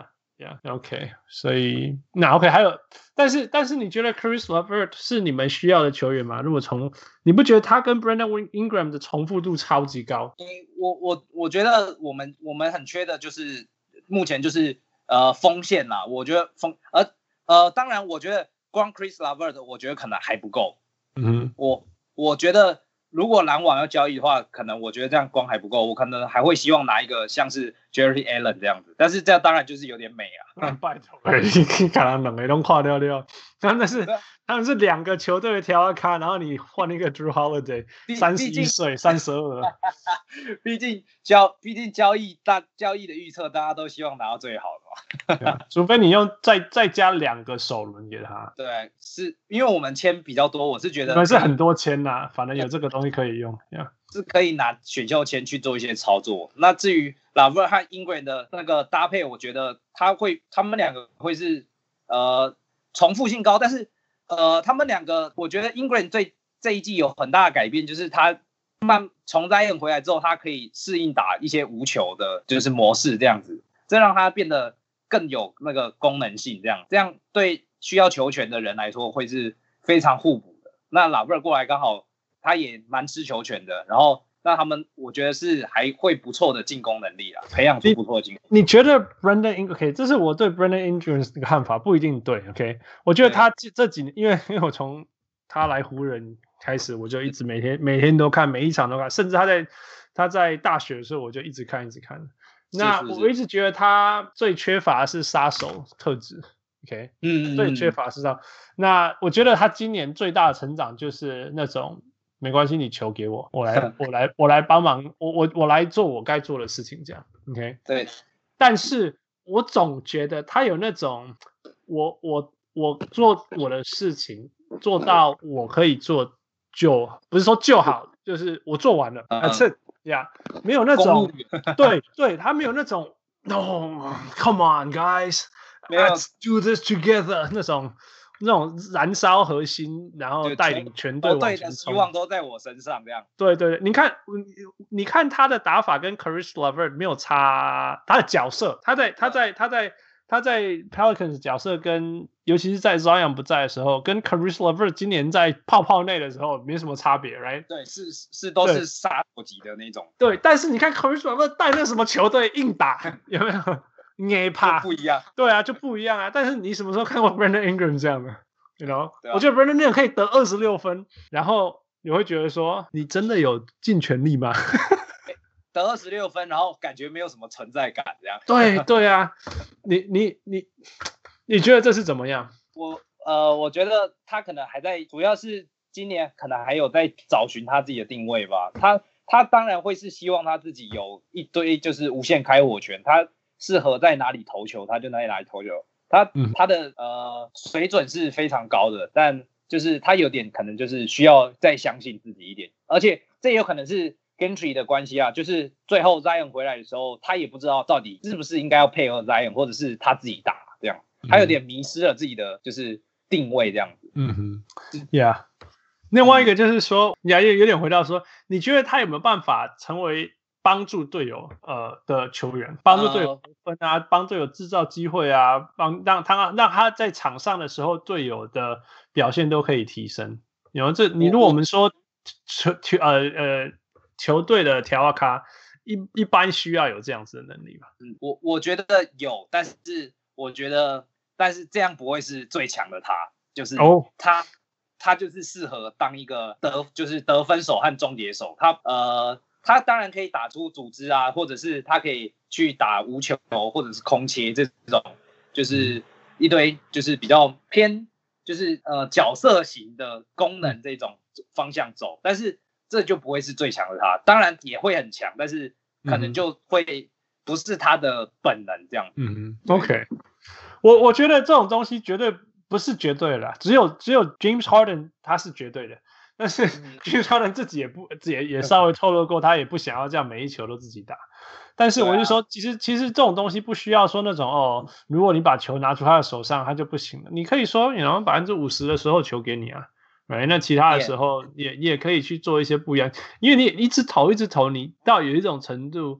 Yeah, OK， 所以那 OK 还有，但是但是你觉得 Caris LeVert 是你们需要的球员吗？如果从你不觉得他跟 Brandon Ingram 的重复度超级高？ 我我我觉得我们我们很缺的就是目前就是呃锋线啦，我觉得锋呃呃当然我觉得光 Caris LeVert 我觉得可能还不够， 嗯， 我我觉得。如果篮网要交易的话，可能我觉得这样光还不够，我可能还会希望拿一个像是 Jerry Allen 这样子，但是这样当然就是有点美啊。 嗯、拜托，你看他两个都跨掉掉，他们是他们是两个球队的条约卡，然后你换一个 Drew Holiday， 三十一岁，三十二了。 毕竟交毕竟交易大交易的预测，大家都希望拿到最好的嘛。除非你用再再加两个首轮给他。 对，是因为我们签比较多，我是觉得我们是很多签呐，反正有这个东西可以用， 是可以拿选秀签去做一些操作。那至于 LeVert 和 Ingram 的那个搭配，我觉得他会他们两个会是呃重复性高，但是呃他们两个，我觉得 Ingram 对这一季有很大的改变，就是他慢从 Zion 回来之后，他可以适应打一些无球的，就是模式这样子，这让他变得更有那个功能性，这样这样对需要球权的人来说会是非常互补的。那 LeVert 过来刚好他也蛮吃球权的，然后那他们我觉得是还会不错的进攻能力啦，培养出不错的进攻。 你, 你觉得 Brandon Ingram OK？ 这是我对 Brandon Ingram 的看法，不一定对 OK。我觉得他这几年，因为因为我从他来湖人开始，我就一直每天每天都看，每一场都看，甚至他在他在大学的时候，我就一直看一直看。那我一直觉得他最缺乏的是杀手特质 ，OK， 嗯，最缺乏是这样。那我觉得他今年最大的成长就是那种没关系，你球给我，我来我来我来帮忙，我我我来做我该做的事情，这样 ，OK， 对。 但是我总觉得他有那种我我我做我的事情做到我可以做就不是说就好，就是我做完了，啊这。呀、yeah, ，没有那种，对对，他没有那种 ，No， come on guys，let's do this together 那种那种燃烧核心，然后带领全队往前冲， 的希望都在我身上这样。 对对，你看，你看他的打法跟 Caris LeVert 没有差，他的角色，他在他在他在他在 Pelicans 角色跟，尤其是在 Zion 不在的时候，跟 Caris LeVert 今年在泡泡内的时候没什么差别 ，right？ 对，是是都是杀手级的那种。 对，但是你看 Caris LeVert 带那什么球队硬打，有没有？捏怕不一样。 对啊，就不一样啊。但是你什么时候看过 Brandon Ingram 这样的 ？You know？、啊、我觉得 Brandon Ingram 可以得二十六分，然后你会觉得说，你真的有尽全力吗？ 得二十六分，然后感觉没有什么存在感，这样。 对对啊，你你你你觉得这是怎么样？ 我呃，我觉得他可能还在，主要是今年可能还有在找寻他自己的定位吧。他他当然会是希望他自己有一堆就是无限开火权，他适合在哪里投球，他就哪里哪里投球。他、嗯、他的呃水准是非常高的，但就是他有点可能就是需要再相信自己一点，而且这也有可能是。Gentry 的关系啊，就是最后 Zion 回来的时候，他也不知道到底是不是应该要配合 Zion， 或者是他自己打这样，他有点迷失了自己的就是定位这样子。 嗯哼 ，Yeah。另外一个就是说，也有点回到说，你觉得他有没有办法成为帮助队友呃的球员，帮助队友得分啊，帮队友制造机会啊，帮让他让他在场上的时候队友的表现都可以提升。有这你如果我们说球球呃呃。球队的条卡一一般需要有这样子的能力吧？ 嗯，我我觉得有，但是我觉得，但是这样不会是最强的他，就是他、oh. 他就是适合当一个得就是得分手和终结手。他呃，他当然可以打出组织啊，或者是他可以去打无球或者是空切这种，就是一堆就是比较偏就是呃角色型的功能这种方向走，但是。这就不会是最强的他，当然也会很强，但是可能就会不是他的本能这样。 嗯 ，OK， 我我觉得这种东西绝对不是绝对的，只有只有 James Harden 他是绝对的，但是 James Harden 自己也不也也稍微透露过，他也不想要这样每一球都自己打。但是我就说，其实其实这种东西不需要说那种哦，如果你把球拿出他的手上，他就不行了。你可以说，然后百分之五十的时候球给你啊。right, 那其他的时候也、yeah. 也可以去做一些不一样，因为你一直投一直投，你到有一种程度，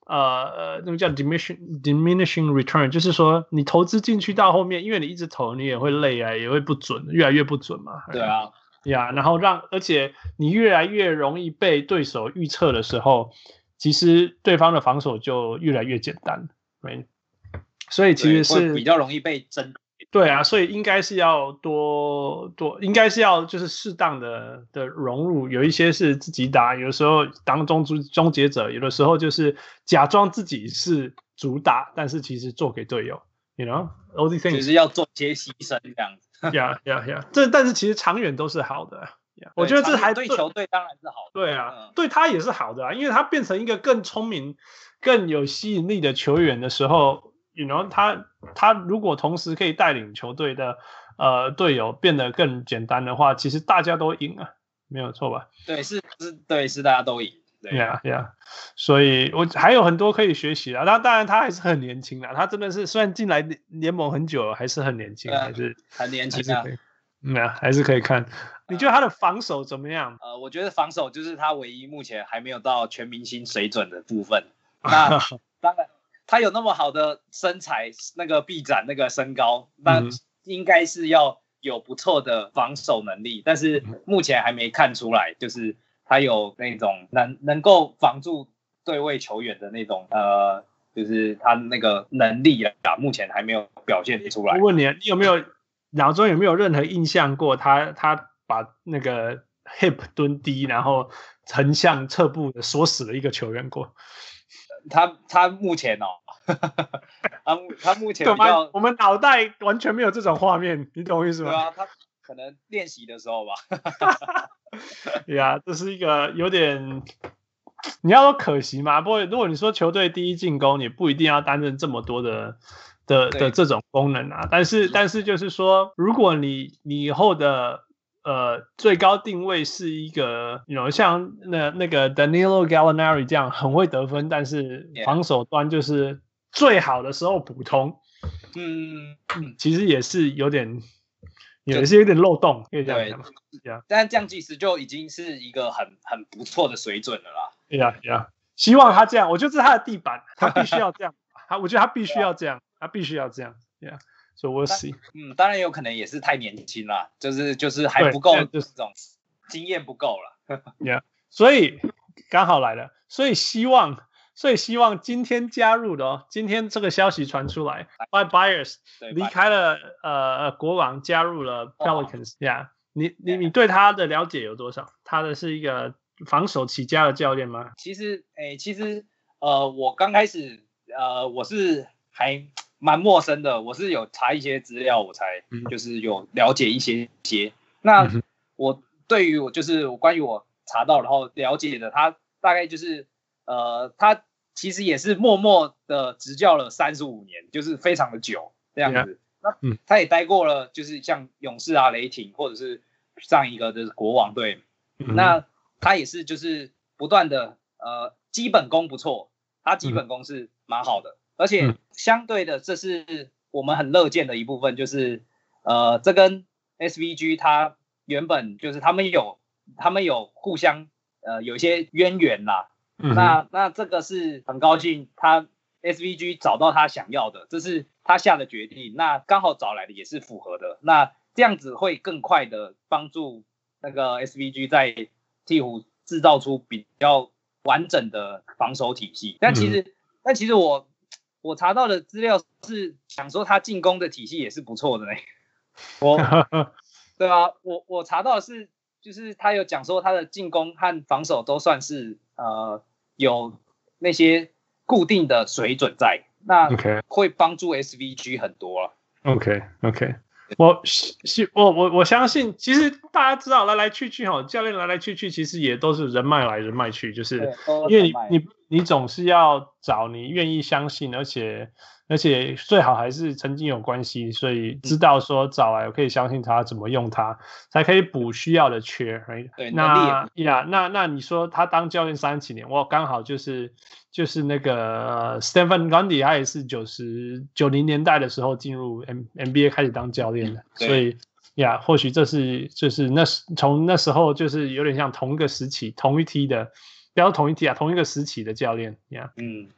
呃那个叫 diminishing diminishing return， 就是说你投资进去到后面，因为你一直投，你也会累啊，也会不准，越来越不准嘛。 对啊， 呀，然后让而且你越来越容易被对手预测的时候，其实对方的防守就越来越简单，对，所以其实是比较容易被针。 对啊，所以应该是要多多，应该是要就是适当的的融入，有一些是自己打，有的时候当中终结者，有的时候就是假装自己是主打，但是其实做给队友 ，you know all these things， 就是要做些牺牲这样子。 呀呀呀，这但是其实长远都是好的。Yeah, 我觉得这还对球队当然是好的。 对啊， 嗯、 对他也是好的啊，因为他变成一个更聪明、更有吸引力的球员的时候。You know, 他他如果同时可以带领球队的呃队友变得更简单的话，其实大家都赢啊，没有错吧？ 对，是是，对，是大家都赢。对呀呀，所以我还有很多可以学习啊。那当然他还是很年轻啊，他真的是虽然进来联盟很久了，还是很年轻，还是很年轻啊。 嗯啊，还是可以看。你觉得他的防守怎么样？ 呃，我觉得防守就是他唯一目前还没有到全明星水准的部分。那当然。他有那么好的身材，那个臂展，那个身高，那应该是要有不错的防守能力，但是目前还没看出来，就是他有那种能能够防住对位球员的那种呃，就是他那个能力啊，目前还没有表现出来。 我问你，你有没有脑中有没有任何印象过他他把那个 hip 蹲低，然后横向侧步的锁死了一个球员过？ 他他目前哦，他他目前比较， 我们脑袋完全没有这种画面，你懂我意思吗？ 对啊，他可能练习的时候吧。 对啊，这是一个有点，你要说可惜嘛？不过如果你说球队第一进攻，也不一定要担任这么多的的的这种功能啊。但是但是就是说，如果你你以后的呃，最高定位是一个，有 you know, 像那那个 Danilo Gallinari 这样很会得分，但是防守端就是最好的时候普通， 嗯， 其实也是有点，也是有点漏洞，可以这样讲。 Yeah. 但这样其实就已经是一个很很不错的水准了啦。 对呀对呀，希望他这样，我觉得这是他的地板，他必须要这样，他我觉得他必须要这样，他必须要这样 ，Yeah。So we'll see。 嗯，当然有可能也是太年轻了，就是就是还不够这种经验不够了。 Yeah， 所以刚好来了，所以希望，所以希望今天加入的哦，今天这个消息传出来 ，By Byers 离开了呃国王，加入了 Pelicans。Yeah， 你你你对他的了解有多少？他的是一个防守起家的教练吗？ 其实，诶，其实呃，我刚开始呃，我是还。蛮陌生的，我是有查一些资料，我才就是有了解一些些。那我对于我就是关于我查到然后了解的，他大概就是呃，他其实也是默默的执教了三十五年，就是非常的久这样子。那他也待过了，就是像勇士啊、雷霆，或者是上一个就是国王队。那他也是就是不断的呃，基本功不错，他基本功是蛮好的。而且相对的，这是我们很乐见的一部分，就是呃，这跟 S V G 它原本就是他们有他们有互相呃有一些渊源啦。嗯、那那这个是很高兴，他 S V G 找到他想要的，这是他下的决定。那刚好找来的也是符合的，那这样子会更快的帮助那个 S V G 在鹈鹕制造出比较完整的防守体系。但其实，嗯、但其实我。我查到的资料是想说他进攻的体系也是不错的呢。我，对啊，我我查到的是就是他有讲说他的进攻和防守都算是呃有那些固定的水准在，那会帮助 S V G 很多了。 OK OK， 我我我我相信，其实大家知道来来去去哈，教练来来去去，其实也都是人脉来人脉去，就是因为你你你总是要找你愿意相信，而且而且最好还是曾经有关系，所以知道说找来我可以相信他怎么用他，才可以补需要的缺。Right? 对， 那呀，那那你说他当教练三十几年，我刚好就是就是那个 Stephen Gundy， 他也是九十九零年代的时候进入 M NBA 开始当教练的，所以呀，或许这是就是那从那时候就是有点像同一个时期同一梯的，不要同一梯啊，同一个时期的教练呀。 嗯，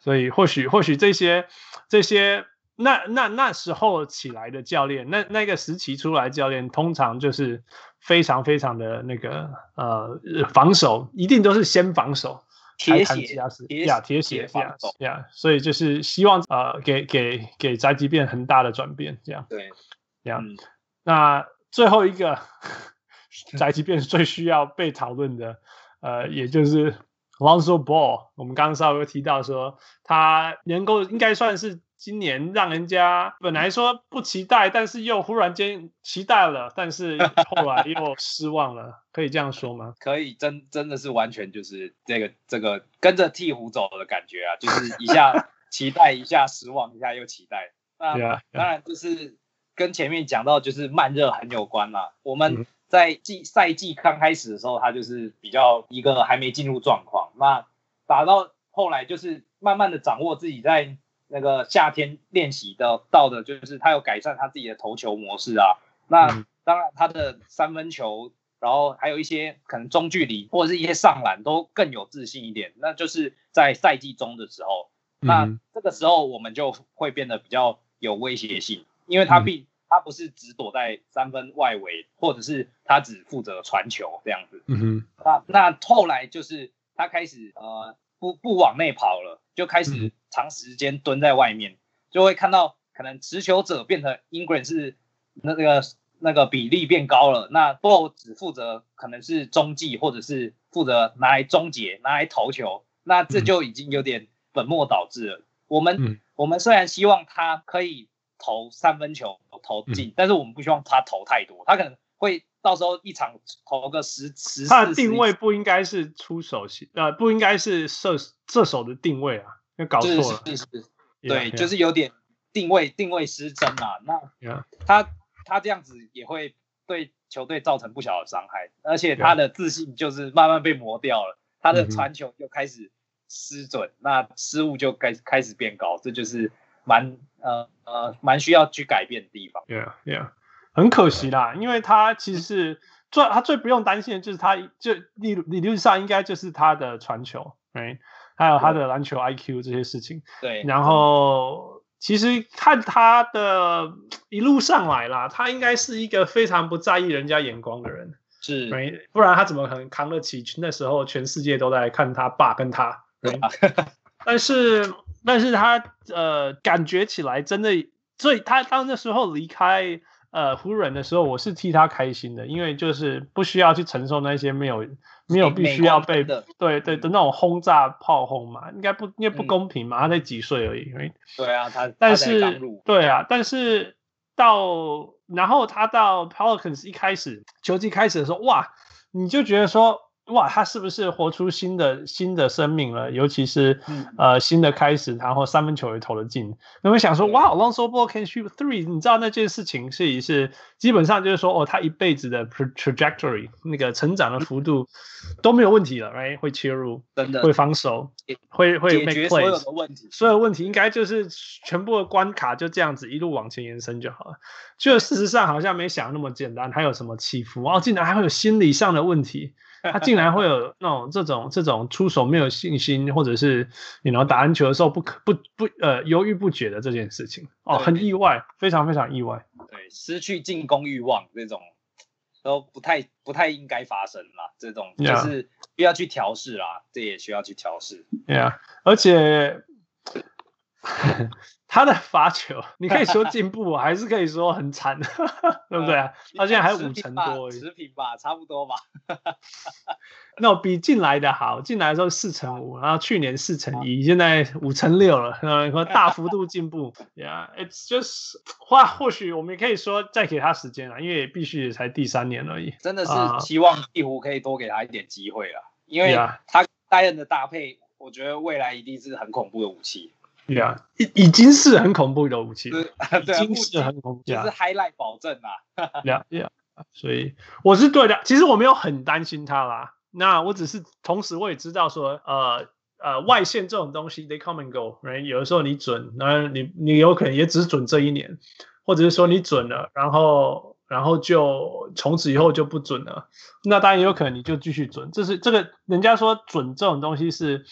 所以或许或许这些这些那那那时候起来的教练，那那个时期出来的教练，通常就是非常非常的那个呃防守，一定都是先防守。 铁血， 呀，铁血，呀，呀，所以就是希望呃，给给给宅急便很大的转变，这样。 对， 这样。嗯、那最后一个宅急便最需要被讨论的，呃，也就是 Lonzo Ball。我们刚刚稍微提到说，他能够应该算是今年让人家本来说不期待，但是又忽然间期待了，但是后来又失望了，可以这样说吗？ 可以，真真的是完全就是这个这个跟着鹈鹕走的感觉啊，就是一下期待，一下失望，一下又期待。那 yeah, yeah. 当然就是跟前面讲到就是慢热很有关啦。我们在季赛季刚开始的时候，他就是比较一个还没进入状况，那打到后来就是慢慢的掌握自己在那个夏天练习的到的，就是他有改善他自己的投球模式啊。那当然他的三分球，然后还有一些可能中距离或者是一些上篮都更有自信一点。那就是在赛季中的时候，那这个时候我们就会变得比较有威胁性，因为他并他不是只躲在三分外围，或者是他只负责传球这样子。嗯哼。那那后来就是他开始呃不不往内跑了，就开始长时间蹲在外面，就会看到可能持球者变成 Ingram 是那个那个比例变高了，那 Ball 只负责可能是中继或者是负责拿来终结拿来投球，那这就已经有点本末倒置了。我们、嗯、我们虽然希望他可以投三分球投进、嗯，但是我们不希望他投太多，他可能会到时候一场投个十十。 他的定位不应该是出手型，呃，不应该是射射手的定位啊，要搞错了。 是是是，对， yeah, 就是有点定位定位失真啊。那、 yeah. 他他这样子也会对球队造成不小的伤害，而且他的自信就是慢慢被磨掉了， yeah. 他的传球就开始失准， mm-hmm. 那失误就开开始变高，这就是蛮呃呃蛮需要去改变的地方。 Yeah yeah， 很可惜啦，因为他其实是最他最不用担心的就是他就理理论上应该就是他的传球，right？ 还有他的篮球 I Q 这些事情。 对， 然后其实看他的一路上来啦，他应该是一个非常不在意人家眼光的人， 是， right？ 不然他怎么可能扛得起那时候全世界都在看他爸跟他， right？ 但是但是他呃感觉起来真的，所以他当那时候离开呃湖人的时候，我是替他开心的，因为就是不需要去承受那些没有没有必须要被对对的那种轰炸炮轰嘛，应该不应该不公平嘛，嗯、他才几岁而已， 对啊，他但是对啊，但是到然后他到 Pelicans 一开始球季开始的时候，哇，你就觉得说。哇，他是不是活出新的新的生命了？尤其是、嗯、呃新的开始，然后三分球也投得进。那我想说，哇 ，Lonzo Ball can shoot three， 你知道那件事情是是基本上就是说，哦，他一辈子的 trajectory 那个成长的幅度都没有问题了 ，right？ 会切入， 真的会防守，会会 make plays， 解决所有的问题， 所有问题应该就是全部的关卡就这样子一路往前延伸就好了。就事实上好像没想那么简单，还有什么起伏？哦，竟然还会有心理上的问题。他竟然会有那种这种这种出手没有信心，或者是你 you know 打篮球的时候不可不不呃犹豫不决的这件事情哦，很意外，非常非常意外。 对，失去进攻欲望这种都不太不太应该发生啦，这种就是需要去调试啦， yeah. 这也需要去调试。 Yeah， 而且他的罚球，你可以说进步，还是可以说很惨，对不对啊？他现在还五成多而已， 持平吧，差不多吧。 那、no, 比进来的好，进来的时候四成五，然后去年四成一，现在五成六了，呃，大幅度进步。Yeah, it's just 哇，或许我们也可以说再给他时间了，因为必须也才第三年而已。 真的是希望鹈鹕可以多给他一点机会了，因为他戴恩的搭配，我觉得未来一定是很恐怖的武器。 对啊，已已经是很恐怖的武器， 对， 已经是很恐怖， 就是 highlight 保证啊。 对啊，对啊，所以我是对的。其实我没有很担心他啦，那我只是同时我也知道说，呃呃，外线这种东西 they come and go，right？ 有的时候你准，那你你有可能也只准这一年，或者是说你准了，然后然后就从此以后就不准了。那当然也有可能你就继续准，这是这个人家说准这种东西是。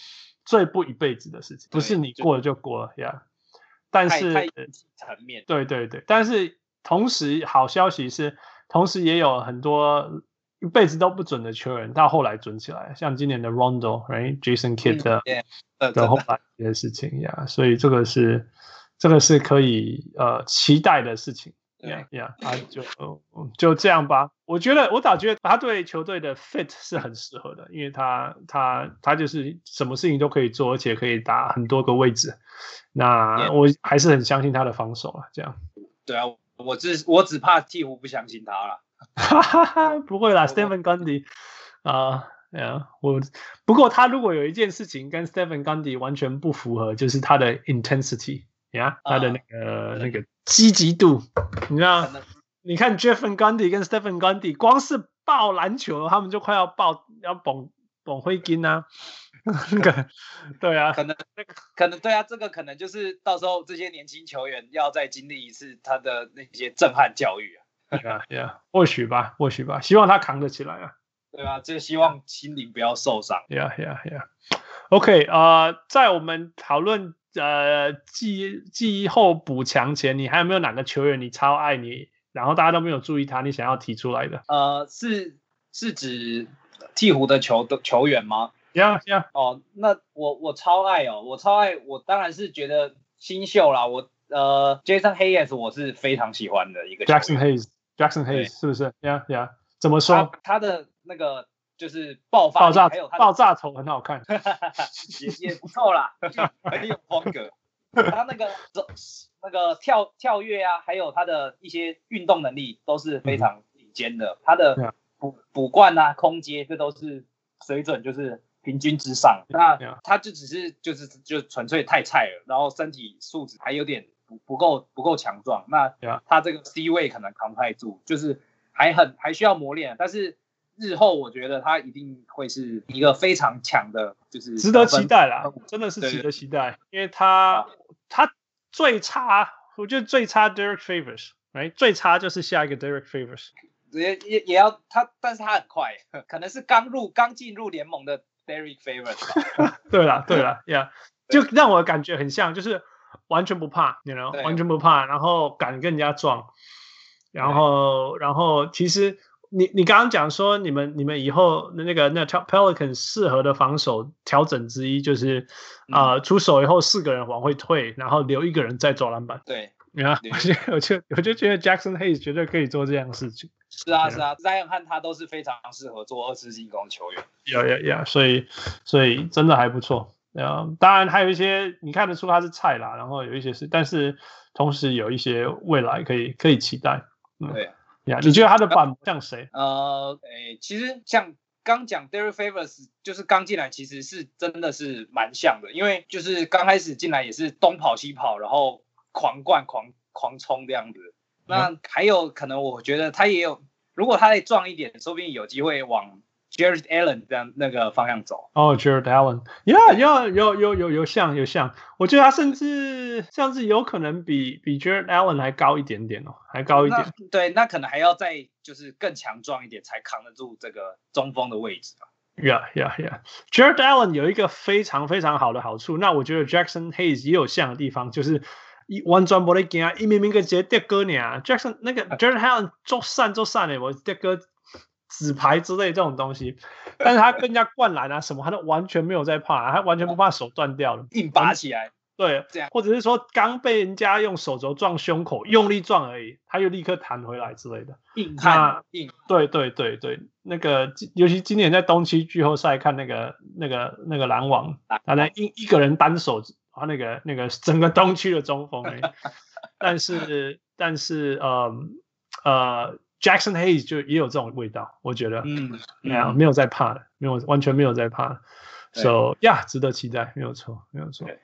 最不一辈子的事情，不是你过了就过了呀。但是太太层面， 对对对，但是同时好消息是，同时也有很多一辈子都不准的球员，到后来准起来，像今年的 Rondo，right，Jason Kidd 的、 嗯、 的后来这些事情呀， yeah, 所以这个是这个是可以呃期待的事情。呀呀，他就就这样吧。我觉得，我倒觉得他对球队的 fit 是很适合的，因为他他他就是什么事情都可以做，而且可以打很多个位置。那我还是很相信他的防守啊，这样。 对啊，我只我只怕鹈鹕不相信他了。 哈哈哈，不会啦 ，Stephen Gundy 啊，对啊，我不过他如果有一件事情跟 Stephen Gundy 完全不符合，就是他的 intensity 呀、yeah, ，他的那个、uh, 那个积极度，你知道？你看 Jeff Gundy 跟 Stephen Gundy， 光是爆篮球，他们就快要爆要崩崩灰筋啊。那个对啊， 可能可能对啊，这个可能就是到时候这些年轻球员要再经历一次他的那些震撼教育啊。 Yeah, yeah, 或许吧，或许吧，希望他扛得起来啊。 对啊，就希望心灵不要受伤。 Yeah, yeah, yeah. OK， 呃，在我们讨论呃季季后补强前，你还有没有哪个球员你超爱你，然后大家都没有注意他，你想要提出来的？ 呃，是是指鹈鹕的球的球员吗？ Yeah, yeah. 哦，那我我超爱哦，我超爱，我当然是觉得新秀啦，我呃 Jason Hayes 我是非常喜欢的一个球员 Jackson Hayes。Jackson Hayes 是不是 ？Yeah, yeah。怎么说？ 他, 他的那个就是爆发爆炸， 还有他爆炸头很好看， 也也不错啦，很有风格。他那个那个跳跳跃啊，还有他的一些运动能力都是非常顶尖的。嗯、他的补补灌啊、空接，这都是水准就是平均之上。那他就只是就是就纯粹太菜了，然后身体素质还有点。不, 不够不够强壮，那他这个 C 位可能扛不太住，就是还很还需要磨练，但是日后我觉得他一定会是一个非常强的，就是值得期待啦，真的是值得期待，因为他他最差，我觉得最差 Derek Favors，right？ 最差就是下一个 Derek Favors， 也也也要他，但是他很快，可能是刚入刚进入联盟的 Derek Favors 吧。 对啦对啦 ，Yeah， 就让我感觉很像，就是。完全不怕，你 you know， 完全不怕，然后敢跟人家撞，然后，然后其实你你刚刚讲说你们你们以后那个那 Pelicans 适合的防守调整之一就是，嗯、呃，出手以后四个人往回退，然后留一个人再抓篮板。 对， 啊，我就我就我就觉得 Jackson Hayes 绝对可以做这样的事情。 是啊是啊 ，Zion 和他都是非常适合做二次进攻球员。 呀呀呀，所以所以真的还不错。呃、当然还有一些你看得出他是菜啦，然后有一些是，但是同时有一些未来可以可以期待。 嗯、对呀，你觉得他的板像谁？ 呃，诶，其实像刚讲 Derek Favors， 就是刚进来其实是真的是蛮像的，因为就是刚开始进来也是东跑西跑，然后狂灌狂狂冲这样子。那还有可能我觉得他也有，如果他再壮一点，说不定有机会往Jared Allen 这样那个方向走哦、oh, ，Jared Allen，yeah， 有有有有有像有像，我觉得他甚至像是有可能比比 Jared Allen 还高一点点哦，还高一点。 对，那可能还要再就是更强壮一点，才扛得住这个中锋的位置吧。 Yeah, yeah, yeah. Jared Allen 有一个非常非常好的好处，那我觉得 Jackson Hayes 也有像的地方，就是一完全没得惊，一明明个直接跌哥呢。Jackson 那个 Jared Allen 做散做散的，我跌哥。纸牌之类这种东西，但是他跟人家灌篮啊什么，他都完全没有在怕，他完全不怕手断掉了， 硬拔起来， 对，这样，或者是说刚被人家用手肘撞胸口，用力撞而已，他又立刻弹回来之类的， 硬汉，硬， 对对对对，那个尤其今年在东区季后赛看那个那个那个篮网，他那一一个人单手，他那个那个整个东区的中锋而已，但是但是呃呃。Jackson Hayes 就也有这种味道，我觉得，嗯，嗯没有在怕的，没有完全没有在怕的 ，so yeah， 值得期待，没有错，没有错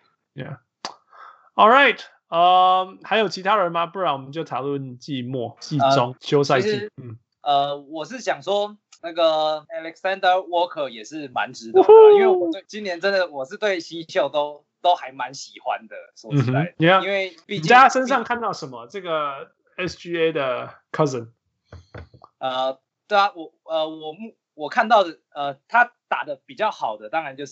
，yeah，all right， 呃，还有其他人吗？不然我们就讨论季末、季中、呃、休赛季。嗯， 呃，我是想说，那个 Alexander Walker 也是蛮值得的，因为我对今年真的我是对新秀都都还蛮喜欢的，说实在， 嗯 yeah， 因为毕竟你在他身上看到什么？这个 S G A 的 cousin。 呃，对啊，我呃我我看到的呃，他打的比较好的，当然就是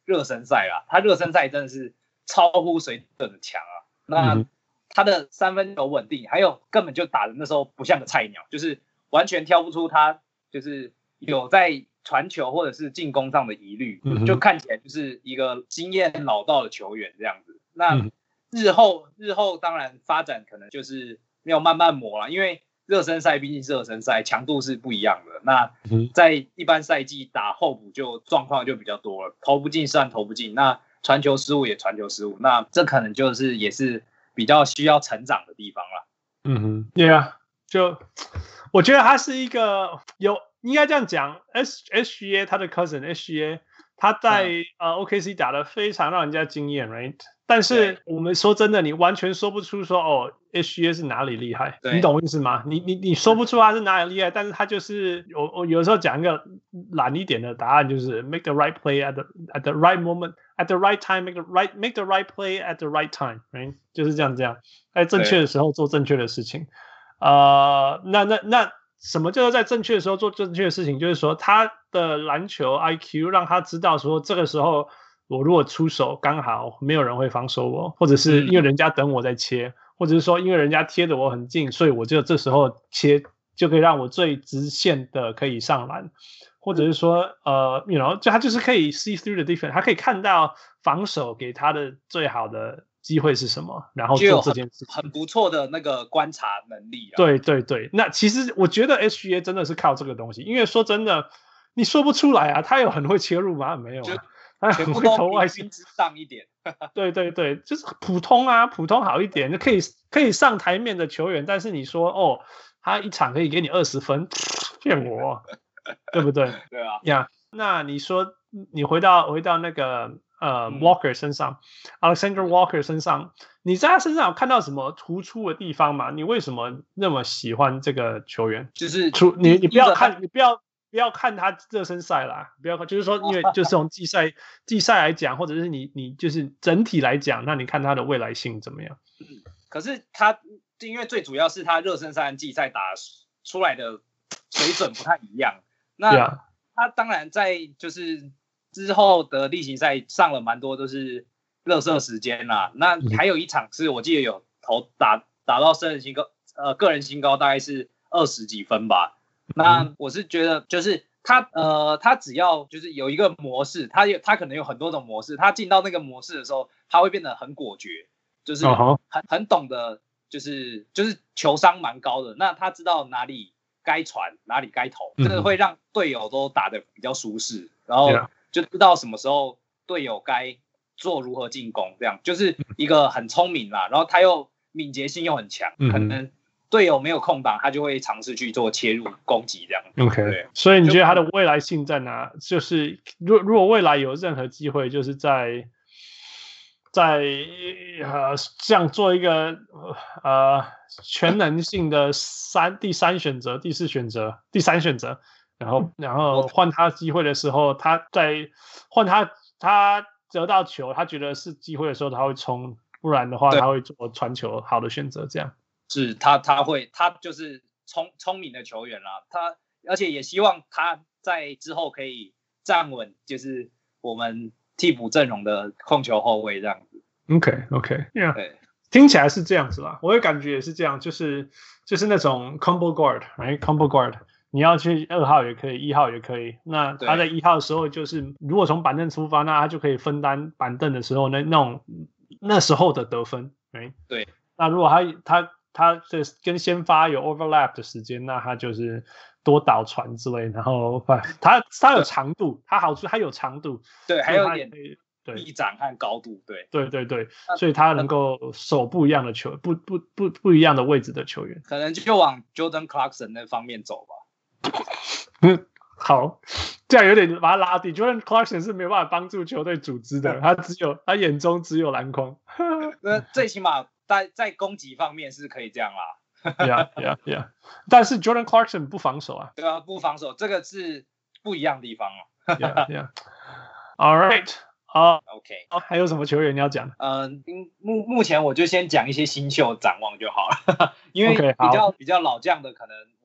热身赛啦，他热身赛真的是超乎水准的强啊。那他的三分球稳定，还有根本就打的那时候不像个菜鸟，就是完全挑不出他就是有在传球或者是进攻上的疑虑， 嗯、 就看起来就是一个经验老道的球员这样子。那日后日后当然发展可能就是没有慢慢磨了，因为热身赛毕竟是热身赛，强度是不一样的。那在一般赛季打候补就状况就比较多了，投不进算投不进，那传球失误也传球失误，那这可能就是也是比较需要成长的地方啦。 嗯哼 ，Yeah， 就我觉得他是一个有应该这样讲 ，S S G A 他的 cousin S G A 他在、嗯、呃 O K C 打得非常让人家惊艳 ，right？ 但是我们说真的，你完全说不出说哦 ，S G A 是哪里厉害，你懂我意思吗？你你你说不出他是哪里厉害，但是他就是我我有时候讲一个懒一点的答案，就是 make the right play at the at the right moment at the right time make the right make the right play at the right time，right？ 就是这样这样，在正确的时候做正确的事情。呃，那那那什么叫做在正确的时候做正确的事情？就是说他的篮球 I Q 让他知道说这个时候。我如果出手刚好没有人会防守我，或者是因为人家等我在切、嗯、或者是说因为人家贴得我很近，所以我就这时候切就可以让我最直线的可以上篮，或者是说呃 you know 就他就是可以 see through the defense， 他可以看到防守给他的最好的机会是什么，然后做这件事情， 很, 很不错的那个观察能力、啊、 对对对，那其实我觉得 S G A 真的是靠这个东西，因为说真的你说不出来啊，他有很会切入吗？没有啊，他很会投外线之上一点对对对，就是普通啊，普通好一点就可以可以上台面的球员，但是你说哦，他一场可以给你二十分，骗我，对不对？ 对啊， 呀、yeah, 那你说你回到回到那个呃、嗯、Walker 身上 ，Alexander Walker 身上，你在他身上有看到什么突出的地方吗？你为什么那么喜欢这个球员？ 就是你你不要看，你不要。不要看他热身赛啦，不要看，就是说，因为就是从季赛季赛来讲，或者是你你就是整体来讲，那你看他的未来性怎么样？ 可是他因为最主要是他热身赛和季赛打出来的水准不太一样，那、yeah. 他当然在就是之后的例行赛上了蛮多都是热射时间啦，那还有一场是我记得有投打打到个人新高，呃，个人新高大概是二十几分吧。那我是觉得，就是他呃，他只要就是有一个模式，他有他可能有很多种模式，他进到那个模式的时候，他会变得很果决，就是很很懂得，就是就是球商蛮高的。那他知道哪里该传，哪里该投，这个会让队友都打得比较舒适，然后就知道什么时候队友该做如何进攻，这样就是一个很聪明啦。然后他又敏捷性又很强，可能。队友没有空档，他就会尝试去做切入攻击这样。 OK， 所以你觉得他的未来性在哪？就是如如果未来有任何机会，就是在在呃这样做一个呃全能性的三第三选择、第四选择、第三选择，然后然后换他机会的时候，他在换他他得到球，他觉得是机会的时候，他会冲，不然的话他会做传球好的选择这样。 是他，他会，他就是聪聪明的球员啦。他而且也希望他在之后可以站稳，就是我们替补阵容的控球后卫这样子。 OK OK，yeah， 对， 听起来是这样子啦。我也感觉也是这样，就是就是那种 combo guard，right？ combo guard， 你要去二号也可以，一号也可以。那他在一号的时候，就是如果从板凳出发，那他就可以分担板凳的时候那那种那时候的得分，right？ 对。 那如果他他他跟先发有 overlap 的时间，那他就是多导传之类，然后他他有长度，他好处他有长度， 对，还有一点臂展和高度，对， 对对对，所以他能够守不一样的球，不不不不一样的位置的球员， 可能就往 Jordan Clarkson 那方面走吧。 嗯，好，这样有点把他拉低。Jordan Clarkson 是没有办法帮助球队组织的，他只有他眼中只有篮筐。 那最起码。在在攻击方面是可以这样啦 ，yeah yeah yeah， 但是 Jordan Clarkson 不防守啊， 对啊，不防守，这个是不一样的地方哦。 yeah yeah，all right， 啊、uh, ，OK， 还有什么球员你要讲？ 嗯、呃，目目前我就先讲一些新秀展望就好了，因为比较、okay, 比较老将的，可能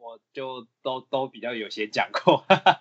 我就都都比较有些讲过。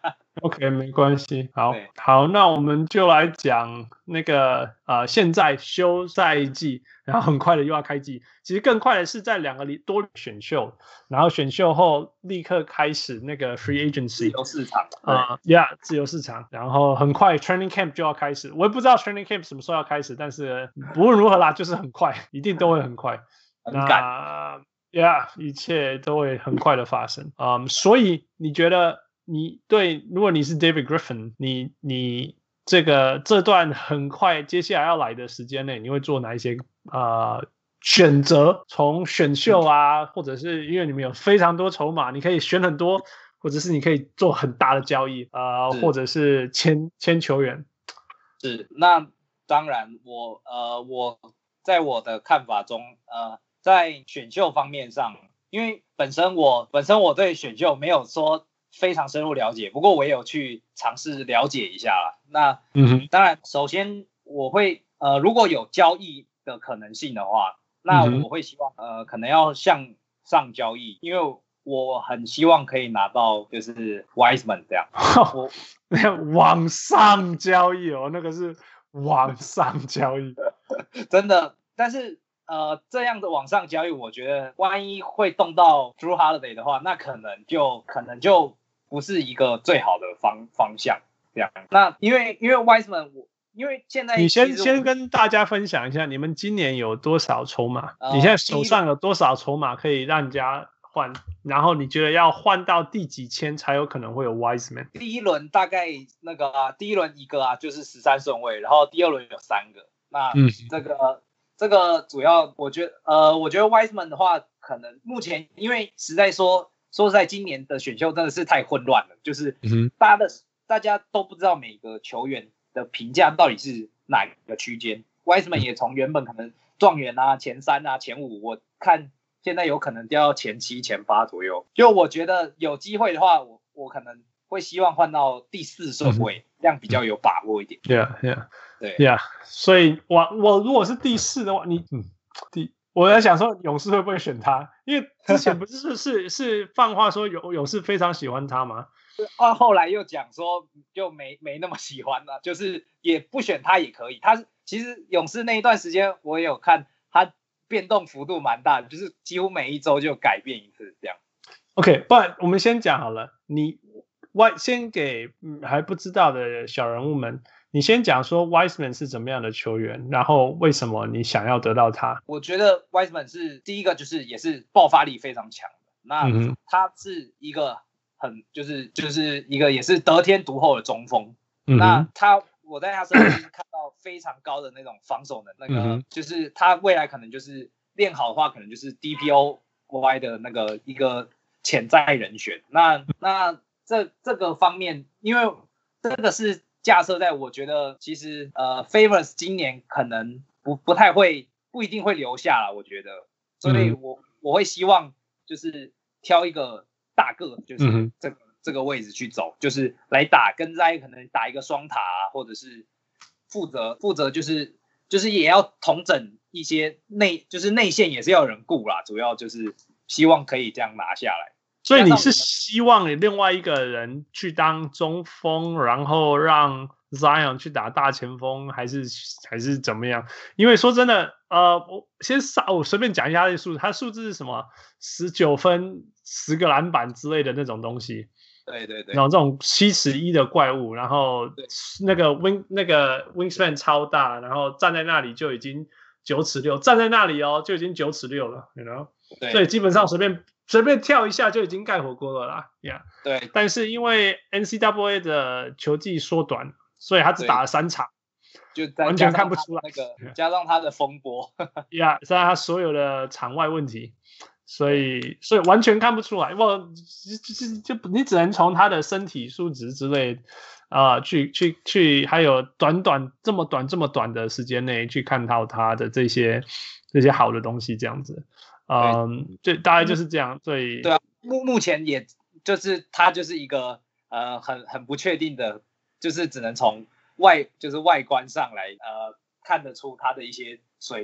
OK， 没关系。好，好，那我们就来讲那个呃，现在休赛季，然后很快的又要开季。其实更快的是在两个多选秀，然后选秀后立刻开始那个 free agency 自由市场啊、呃、，Yeah， 自由市场。然后很快 training camp 就要开始，我也不知道 training camp 什么时候要开始，但是不论如何啦，就是很快，一定都会很快。 很赶。 Yeah， 一切都会很快的发生。嗯、um, ，所以你觉得你对，如果你是 David Griffin， 你你这个这段很快接下来要来的时间内，你会做哪一些呃选择？从选秀啊，或者是因为你们有非常多筹码，你可以选很多，或者是你可以做很大的交易，呃，或者是签签球员。 是，那当然我，我呃我在我的看法中，呃。在选秀方面上，因为本身我本身我对选秀没有说非常深入了解，不过我也有去尝试了解一下啦。那嗯哼， 当然，首先我会呃，如果有交易的可能性的话，那我会希望呃，可能要向上交易，因为我很希望可以拿到就是 Wiseman 这样。我往上交易哦，那个是往上交易， 真的，但是。呃，这样的往上交易，我觉得万一会动到 Drew Holiday 的话，那可能就可能就不是一个最好的方方向。这样，那因为因为 Wiseman， 我因为现在你先先跟大家分享一下，你们今年有多少筹码？呃、你现在手上有多少筹码可以让人家换？然后你觉得要换到第几签才有可能会有 Wiseman？ 第一轮大概那个、啊、第一轮一个啊，就是十三顺位，然后第二轮有三个。那嗯， 这个。这个主要，我觉得，呃，我觉得 Wiseman 的话，可能目前因为实在说，说实在，今年的选秀真的是太混乱了，就是大家的、嗯、大家都不知道每个球员的评价到底是哪个区间。Wiseman 也从原本可能状元啊、前三啊、前五，我看现在有可能掉到前七、前八左右。就我觉得有机会的话，我我可能会希望换到第四顺位，嗯、这样比较有把握一点。 Yeah, yeah. 对呀， yeah, 所以我我如果是第四的话，你嗯，第我在想说勇士会不会选他？因为之前不是是是放话说勇勇士非常喜欢他吗？ 啊，后来又讲说就没没那么喜欢了，就是也不选他也可以。他其实勇士那一段时间我也有看，他变动幅度蛮大的，就是几乎每一周就改变一次这样。 OK， 不然我们先讲好了，你外先给、嗯、还不知道的小人物们。你先讲说 Wiseman 是怎么样的球员，然后为什么你想要得到他？ 我觉得 Wiseman 是第一个，就是也是爆发力非常强的。那他是一个很就是就是一个也是得天独厚的中锋。 嗯、 那他我在他身上看到非常高的那种防守能，那个、嗯、就是他未来可能就是练好的话，可能就是 D P O Y 的那个一个潜在人选。那那这这个方面，因为这个是。架设在我觉得其实呃 Favors 今年可能不不太会不一定会留下了，我觉得，所以我、嗯、我会希望就是挑一个大个，就是这个、嗯、这个位置去走，就是来打跟在可能打一个双塔、啊，或者是负责负责就是就是也要统整一些内就是内线也是要有人顾啦，主要就是希望可以这样拿下来。 所以你是希望你另外一个人去当中锋，然后让 Zion 去打大前锋，还是还是怎么样？因为说真的，呃，我先我随便讲一下他的数字，他数字是什么？十九分、十个篮板之类的那种东西。 对对对。 然后这种七十一的怪物，然后那个 wing 那个 wingspan 超大，然后站在那里就已经九尺六，站在那里哦就已经九尺六了， you know？ 对， 所以基本上随便。随便跳一下就已经盖火锅了啦，呀、yeah ， 对。 但是因为 N C double A 的球季缩短，所以他只打了三场， 就完全看不出来。 那个加上他的风波， 呀，加上他所有的场外问题，所以所以完全看不出来。哇，就就你只能从他的身体素质之类啊、呃，去去去，还有短短这么短这么短的时间内去看到他的这些这些好的东西，这样子。嗯，就大概就是这样，所以对啊，目目前也就是他就是一个呃很很不确定的，就是只能从外就是外观上来呃看得出他的一些水平。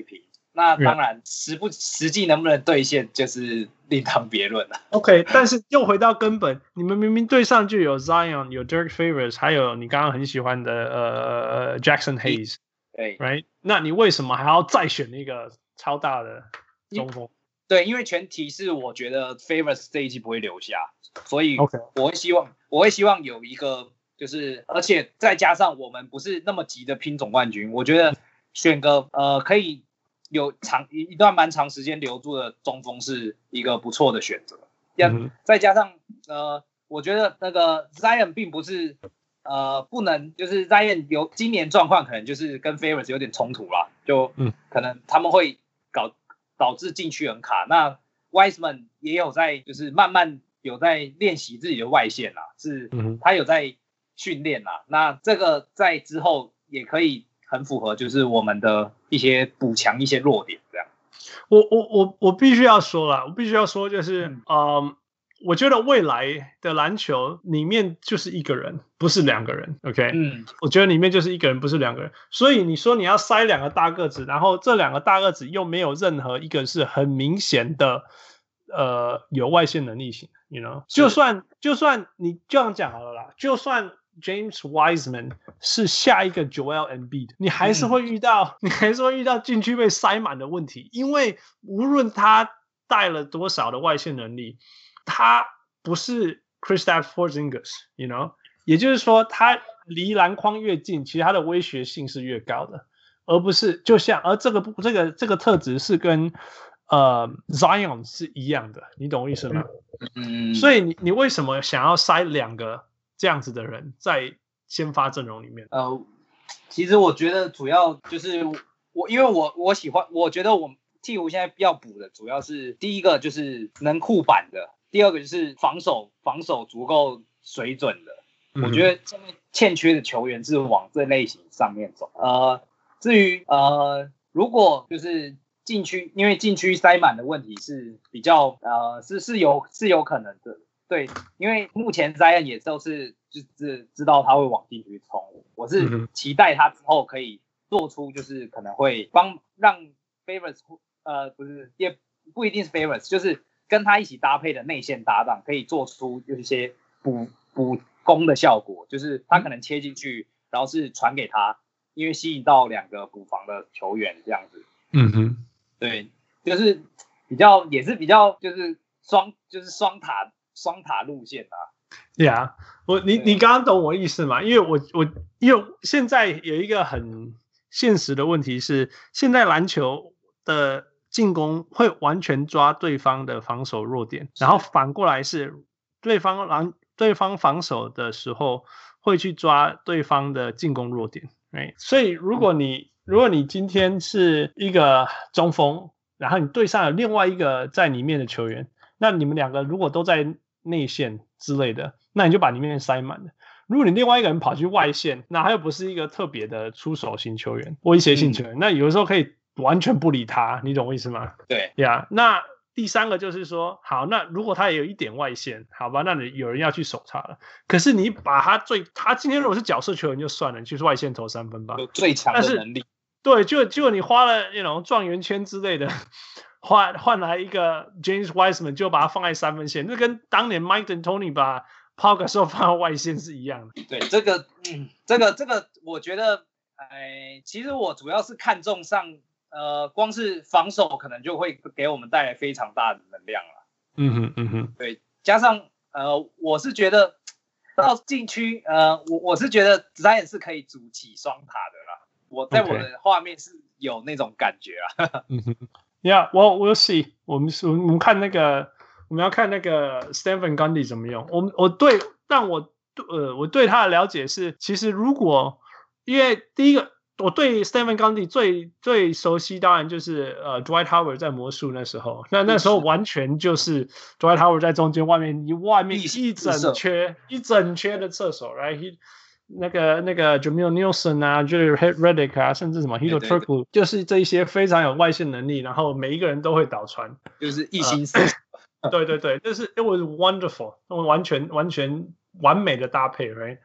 那当然实不实际能不能兑现，就是另当别论了。 OK， 但是又回到根本，你们明明队上就有 Zion， 有 Derek Favors， 还有你刚刚很喜欢的呃 Jackson Hayes， 对 ，right？ 那你为什么还要再选一个超大的中锋？ 对，因为前提是我觉得 Favors 这一季不会留下，所以 OK， 我会希望我会希望有一个就是，而且再加上我们不是那么急的拼总冠军，我觉得选个呃可以有长一段蛮长时间留住的中锋是一个不错的选择。嗯、再加上呃，我觉得那个 Zion 并不是呃不能，就是 Zion 有今年状况可能就是跟 Favors 有点冲突啦，就可能他们会搞导致禁区很卡。那 Wiseman 也有在就是慢慢有在练习自己的外线啦，是他有在训练啦。那这个在之后也可以很符合就是我们的一些补强一些弱点这样。 我我我我必须要说啦，我必须要说就是，嗯，呃、我觉得未来的篮球里面就是一个人，不是两个人 ，OK？ 嗯，我觉得里面就是一个人，不是两个人。所以你说你要塞两个大个子，然后这两个大个子又没有任何一个是很明显的，呃，有外线能力型 ，you know？ 就算就算你这样讲好了啦，就算 James Wiseman 是下一个 Joel Embiid， 你还是会遇到，嗯、你还是会遇到禁区被塞满的问题，因为无论他带了多少的外线能力，他不是 Kristaps Porzingis，you know， 也就是说，他离篮筐越近，其实他的威胁性是越高的，而不是就像，而这个这个这个特质是跟呃 Zion 是一样的，你懂我意思吗？嗯，所以你你为什么想要塞两个这样子的人在先发阵容里面？ 呃，其实我觉得主要就是我，因为我我喜欢，我觉得我鹈鹕现在要补的主要是第一个就是能护板的，第二个就是防守防守足够水准的。嗯、我觉得现在欠缺的球员是往这类型上面走。呃，至于呃，如果就是禁区，因为禁区塞满的问题是比较呃是是有是有可能的。对，因为目前 Zion 也都是就是知道他会往禁区冲，我是期待他之后可以做出就是可能会帮让 Favors 呃不是也不一定是 Favors， 就是跟他一起搭配的内线搭档可以做出有一些补补攻的效果，就是他可能切进去，然后是传给他，因为吸引到两个补防的球员这样子。嗯哼，对，就是比较也是比较就是双就是双塔。双塔路线啊， 对啊，我你你刚刚懂我意思吗？因为我我因为现在有一个很现实的问题是，现在篮球的进攻会完全抓对方的防守弱点，然后反过来是对方篮对方防守的时候会去抓对方的进攻弱点，right？ 所以如果你如果你今天是一个中锋，然后你对上了另外一个在里面的球员，那你们两个如果都在内线之类的，那你就把里面塞满了。如果你另外一个人跑去外线，那他又不是一个特别的出手型球员、威胁性球员、嗯，那有的时候可以完全不理他，你懂我意思吗？ 对呀。Yeah, 那第三个就是说，好，那如果他也有一点外线，好吧，那你有人要去守他了。可是你把他最，他今天如果是角色球员就算了，你就是外线投三分吧， 有最强的能力。 对，就就你花了那种状元签之类的。换换来一个 James Wiseman 就把他放在三分线，那跟当年 Mike D'Antoni 把 Pau Gasol 放在外线是一样的。 对，这个，嗯，这个这个，我觉得，哎，其实我主要是看重上，呃，光是防守可能就会给我们带来非常大的能量了。 嗯哼，嗯哼， 对，加上呃，我是觉得到禁区，呃，我我是觉得 Zion 是可以组起双塔的啦。我在我的画面是有那种感觉啊。 嗯哼。Yeah, well, we'll see. 我们我们看那个，我们要看那个 Stan Van Gundy 怎么用。我我对，但我呃我对他的了解是，其实如果因为第一个，我对 Stan Van Gundy 最最熟悉，当然就是呃 Dwight Howard 在魔术那时候，那那时候完全就是 Dwight Howard 在中间，外面一外面一整圈一整圈的侧手 ，right？那个那个 Jameer Nelson 啊 ，J. Redick 啊，甚至什么 Hedo Turkoglu， 就是这一些非常有外线能力，然后每一个人都会倒传， 就是一心四。 呃、对对对，就是 it was wonderful， 完全完全完美的搭配 ，right？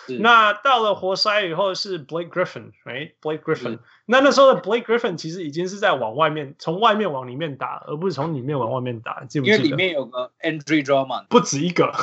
那到了活塞以后是 Blake Griffin，right？Blake Griffin，那那时候的 Blake Griffin 其实已经是在往外面，从外面往里面打，而不是从里面往外面打，记不记得？ 因为里面有个 Andre Drummond， 不止一个，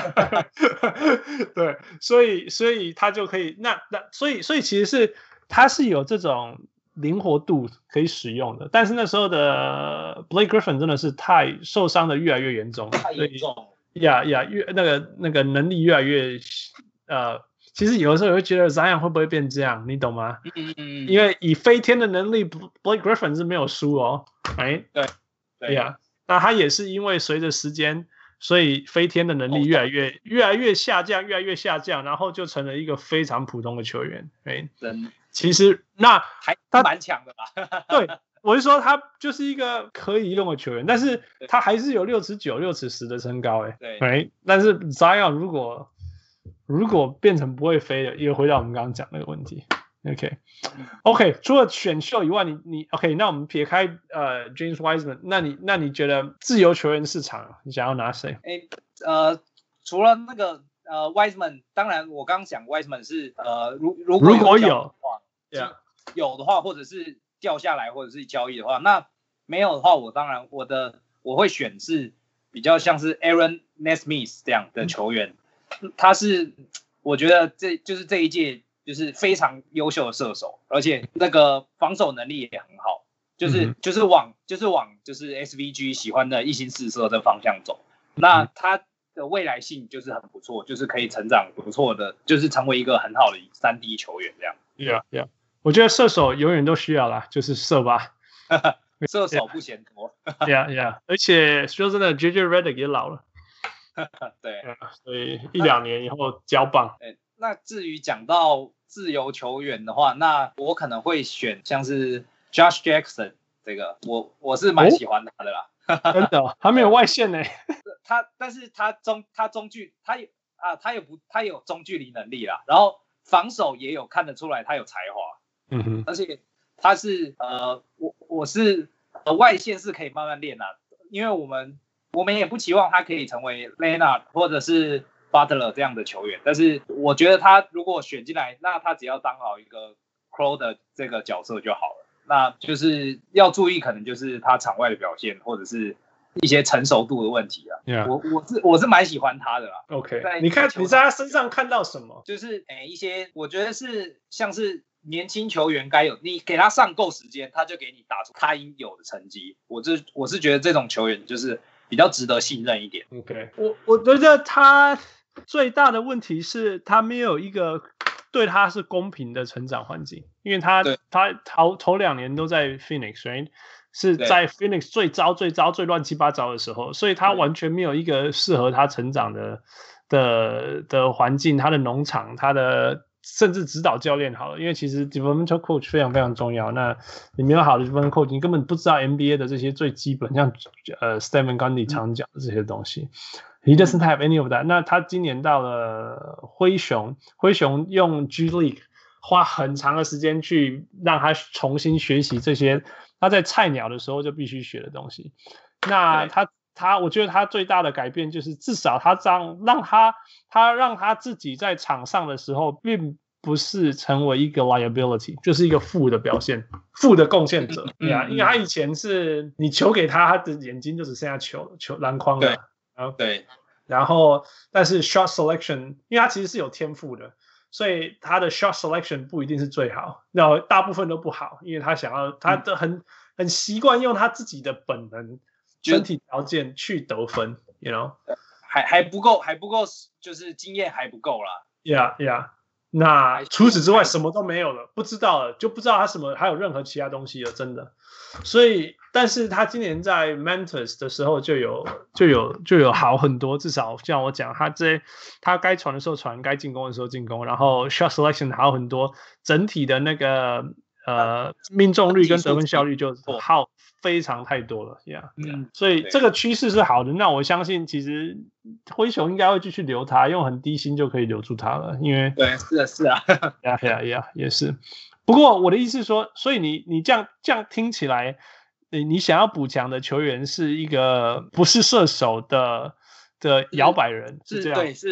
对，所以所以他就可以，那那所以所以其实是他是有这种灵活度可以使用的，但是那时候的 Blake Griffin 真的是太受伤的越来越严重， 太严重， 呀呀，越那个那个能力越来越呃。其实有的时候也会觉得 Zion 会不会变这样，你懂吗？ 嗯嗯， 因为以飞天的能力 ，Blake Griffin 是没有输哦，哎， 对，对呀，那他也是因为随着时间，所以飞天的能力越来越、哦、越来越下降，越来越下降，然后就成了一个非常普通的球员，哎， 真， 其实那还他蛮强的吧？ 对，我是说他就是一个可以移动的球员，但是他还是有六尺九、六尺十的身高，哎， 对， 哎，但是 Zion 如果如果变成不会飞的，也回到我们刚刚讲那个问题。OK，OK，、okay. okay, 除了选秀以外，你你 OK， 那我们撇开呃 James Wiseman， 那你那你觉得自由球员市场你想要拿谁？ 哎，呃，除了那个呃 Wiseman， 当然我刚刚讲 Wiseman 是呃如如果有如果有的话， yeah. 有的话，或者是掉下来，或者是交易的话，那没有的话，我当然我的我会选是比较像是 Aaron Nesmith 这样的球员。嗯他是，我觉得这就是这一届就是非常优秀的射手，而且那个防守能力也很好，就是、嗯、就是往就是往就是 S V G 喜欢的一心四射的方向走。那他的未来性就是很不错，就是可以成长不错的，就是成为一个很好的三 D 球员这样。 Yeah, yeah， 我觉得射手永远都需要啦，就是射吧， 射手不嫌多。 Yeah, yeah， 而且说真的 ，J J Redick 也老了。 对， 所以一两年以后交棒。 那至于讲到自由球员的话，那我可能会选像是 Josh Jackson 这个，我我是蛮喜欢他的啦。 哦、真的、哦，他没有外线呢。 他，但是他中他中距他有啊，他有不他有中距离能力啦，然后防守也有看得出来他有才华。 嗯哼， 而且他是呃，我我是、呃、外线是可以慢慢练啊，因为我们。我们也不期望他可以成为 Leonard 或者是 Butler 这样的球员，但是我觉得他如果选进来，那他只要当好一个 Crow 的这个角色就好了。那就是要注意，可能就是他场外的表现，或者是一些成熟度的问题啊。 Yeah. 我我是我是蛮喜欢他的啦。 OK， 你看你在他身上看到什么？ 就是诶、欸、一些我觉得是像是年轻球员该有，你给他上够时间，他就给你打出他应有的成绩。我这我是觉得这种球员就是比较值得信任一点。 OK， 我我觉得他最大的问题是他没有一个对他是公平的成长环境，因为他他头头两年都在 Phoenix，right？ 是在 Phoenix 最糟最糟最乱七八糟的时候，所以他完全没有一个适合他成长的的的环境，他的农场，他的甚至指导教练好了，因为其实 developmental coach 非常非常重要。那你没有好的 developmental coach， 你根本不知道 N B A 的这些最基本，像呃 Stephen Gundy 常讲的这些东西。He doesn't have any of that。那他今年到了灰熊，灰熊用 G League 花很长的时间去让他重新学习这些他在菜鸟的时候就必须学的东西。那他他，我觉得他最大的改变就是至少他让让他他让他自己在场上的时候，并不是成为一个 liability， 就是一个负的表现，负的贡献者。对啊，因为他以前是你球给他，他的眼睛就只剩下球球篮筐了。 对，对。 然后，但是 shot selection， 因为他其实是有天赋的，所以他的 shot selection 不一定是最好，然后大部分都不好，因为他想要他的很、嗯、很习惯用他自己的本能。身体条件去得分 ，you know， 还还不够，还不够，就是经验还不够啦。 Yeah, yeah。那除此之外什么都没有了，不知道了，就不知道他什么还有任何其他东西了，真的。所以，但是他今年在 Memphis 的时候就有就有就有好很多，至少像我讲，他这他该传的时候传，该进攻的时候进攻，然后 shot selection 好很多，整体的那个呃命中率跟得分效率就好。非常太多了 ，Yeah， 嗯，所以这个趋势是好的。那我相信，其实灰熊应该会继续留他，用很低薪就可以留住他了。因为对，是啊，是啊 ，Yeah Yeah Yeah， 也是。不过我的意思是说，所以你你这样这样听起来，你你想要补强的球员是一个不是射手的的摇摆人，是这样？ 对，是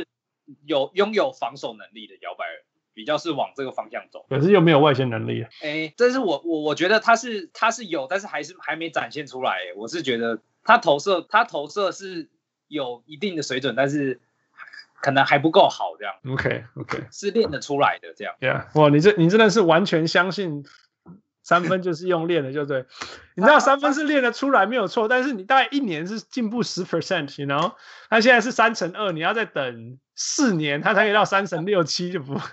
有拥有防守能力的摇摆人，比较是往这个方向走。 可是又没有外线能力。 哎，这是我我我觉得他是他是有，但是还是还没展现出来。我是觉得他投射他投射是有一定的水准，但是可能还不够好，这样。 OK OK， 是练得出来的这样。 Yeah， 哇，你这你真的是完全相信三分就是用练的，就对。你知道三分是练得出来没有错，但是你大概一年是进步十 percent， 然后他现在是三乘二，你要再等四年，他才可以到三乘六七就不。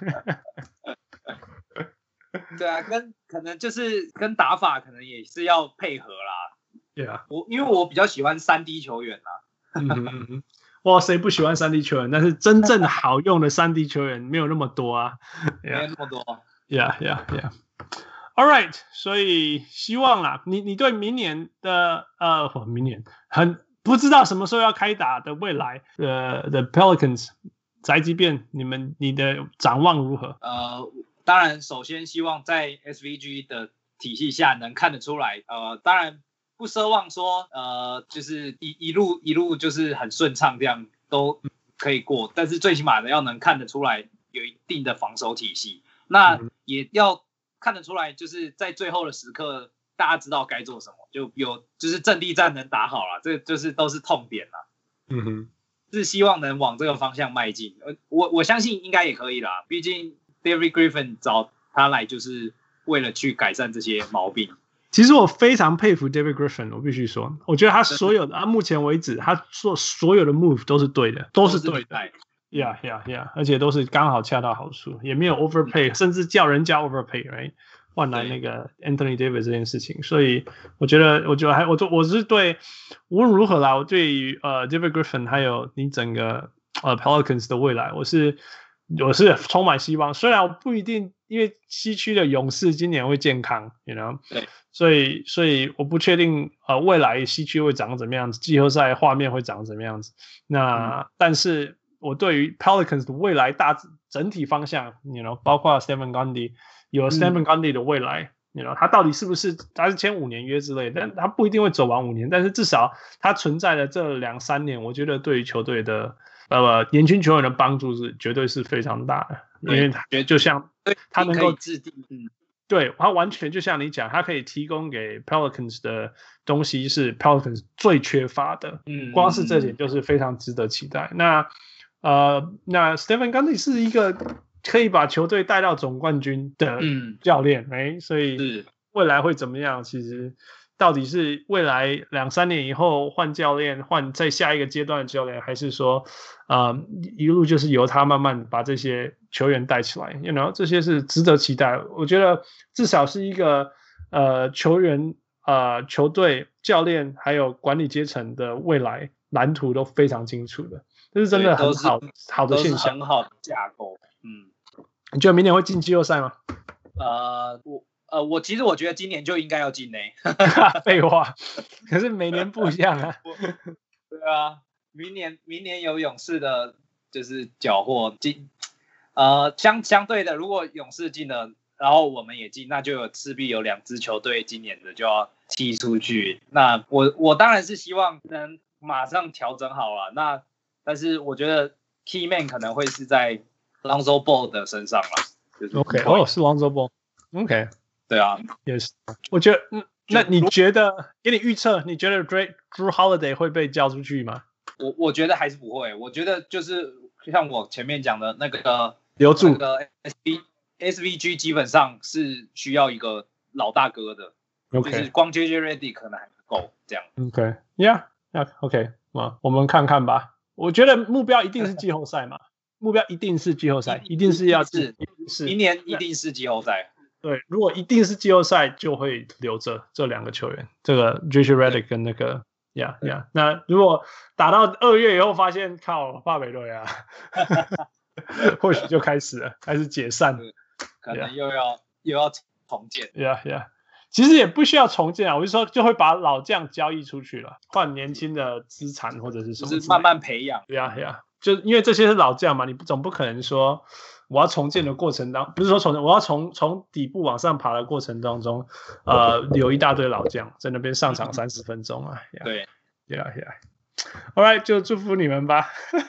对啊，跟可能就是跟打法可能也是要配合啦。 Yeah， 我因为我比较喜欢三 D 球员啦。 嗯哼嗯哼，哇，谁不喜欢三 D 球员？但是真正好用的三 D 球员没有那么多啊。 没有那么多。 Yeah yeah yeah。All right， 所以希望啦，你你对明年的呃，明年很不知道什么时候要开打的未来的的 Pelicans 宅急便，你们你的展望如何？ 呃，当然，首先希望在 S V G 的体系下能看得出来，呃，当然不奢望说呃，就是一一路一路就是很顺畅这样都可以过，但是最起码的要能看得出来有一定的防守体系，那也要看得出来，就是在最后的时刻，大家知道该做什么，就有就是阵地战能打好了，这就是都是痛点啦。 嗯哼， 是希望能往这个方向迈进。我我相信应该也可以啦，毕竟 David Griffin 找他来就是为了去改善这些毛病。 其实我非常佩服 David Griffin， 我必须说，我觉得他所有的，啊，目前为止他做所有的 move 都是对的，都是对的。Yeah, yeah, yeah， 而且都是刚好恰到好处，也没有 overpay， 甚至叫人家 overpay，right？ 换来那个 Anthony Davis 这件事情，所以我觉得，我觉得还我我是对无论如何啦，我对于呃 David Griffin 还有你整个呃 Pelicans 的未来，我是我是充满希望。虽然我不一定，因为西区的勇士今年会健康 ，you know， 对， 所以所以我不确定呃未来西区会长怎么样子，季后赛画面会长怎么样子。那、嗯、但是。我对于 Pelicans 的未来大整体方向 ，you know， 包括 Stephen Gundy， 有 Stephen Gundy 的未来 ，you know， 他到底是不是他是签五年约之类的，但他不一定会走完五年，但是至少他存在的这两三年，我觉得对于球队的呃年轻球员的帮助是绝对是非常大的，因为他就像他能够制定，嗯， 对，他完全就像你讲，他可以提供给 Pelicans 的东西是 Pelicans 最缺乏的，嗯，光是这点就是非常值得期待。那呃，那 Stephen Gundy 是一个可以把球队带到总冠军的教练，哎、嗯，所以未来会怎么样？其实到底是未来两三年以后换教练，换在下一个阶段的教练，还是说，呃，一路就是由他慢慢把这些球员带起来 ？You know， 这些是值得期待。我觉得至少是一个呃球员、呃球队、教练还有管理阶层的未来蓝图都非常清楚的。这是真的很好好的现象， 很好的架构。嗯， 你觉得明年会进季后赛吗？ 呃，我呃，我其实我觉得今年就应该要进呢、 欸。废话，可是每年不一样啊。 对啊，明年明年有勇士的，就是缴获进，呃，相相对的，如果勇士进了，然后我们也进，那就有势必有两支球队今年的就要踢出去。那我我当然是希望能马上调整好了。那但是我觉得 key man 可能会是在 Lonzo Ball 的身上啦。就是、 OK， 哦，是 Lonzo Ball。OK， 对啊， 也是。我觉得，嗯，那你觉得给你预测，你觉得 Drew Holiday 会被叫出去吗？ 我我觉得还是不会。我觉得就是像我前面讲的那个留住那个 S V S V G 基本上是需要一个老大哥的。 OK， 就是光 J J Redick 可能还不够这样。 OK，Yeah，Yeah，OK， 啊，我们看看吧。我觉得目标一定是季后赛嘛，目标一定是季后赛，一定是要是是明年一定是季后赛。 对，如果一定是季后赛，就会留着这两个球员，这个 J J Redick 跟那个 Yeah Yeah。那如果打到二月以后发现靠巴北队啊，或许就开始了，开始解散， 可能又要、yeah. 又要重建。 Yeah Yeah。其实也不需要重建啊，我就说就会把老将交易出去了，换年轻的资产或者是什么， 就是慢慢培养。 对呀对呀，就因为这些是老将嘛，你总不可能说我要重建的过程当，不是说重建，我要从从底部往上爬的过程当中，呃，有一大堆老将在那边上场三十分钟啊。 对， 对呀对呀。All right， 就祝福你们吧。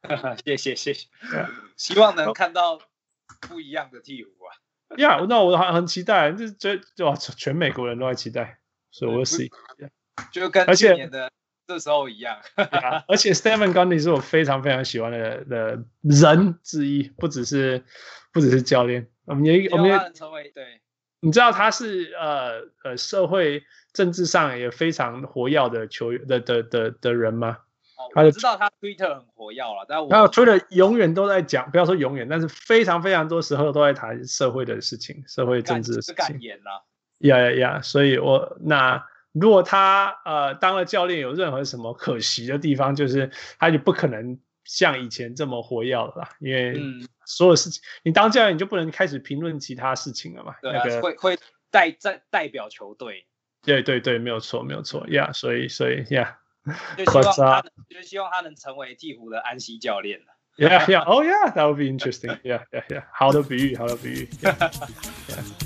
谢谢谢谢，希望能看到不一样的鹈鹕啊。 呀，那我很很期待，就就就全美国人都在期待，所以我 see， 就跟去年的这时候一样。 yeah, 而且 Stephen Gundy 是我非常非常喜欢的的人之一，不只是不只是教练。我们也我们也成为对， 你知道他是呃呃社会政治上也非常活跃的球员的的的的人吗？ 哦，我知道他 Twitter 很活跃了，但我他 Twitter 永远都在讲，不要说永远，但是非常非常多时候都在谈社会的事情，社会政治的事情。 敢言啦， 呀呀呀！所以我那如果他呃当了教练有任何什么可惜的地方，就是他就不可能像以前这么活跃了啦，因为所有事情、嗯、你当教练你就不能开始评论其他事情了嘛。 对啊， 那个、 会会代代代表球队。 对对对，没有错没有错呀， yeah, 所以所以呀。Yeah. 就希望他能，就希望他能成为鹈鹕的安西教练了。 Yeah, yeah, oh yeah, that would be interesting. Yeah, yeah, yeah. 好的比喻，好的比喻。Yeah, yeah.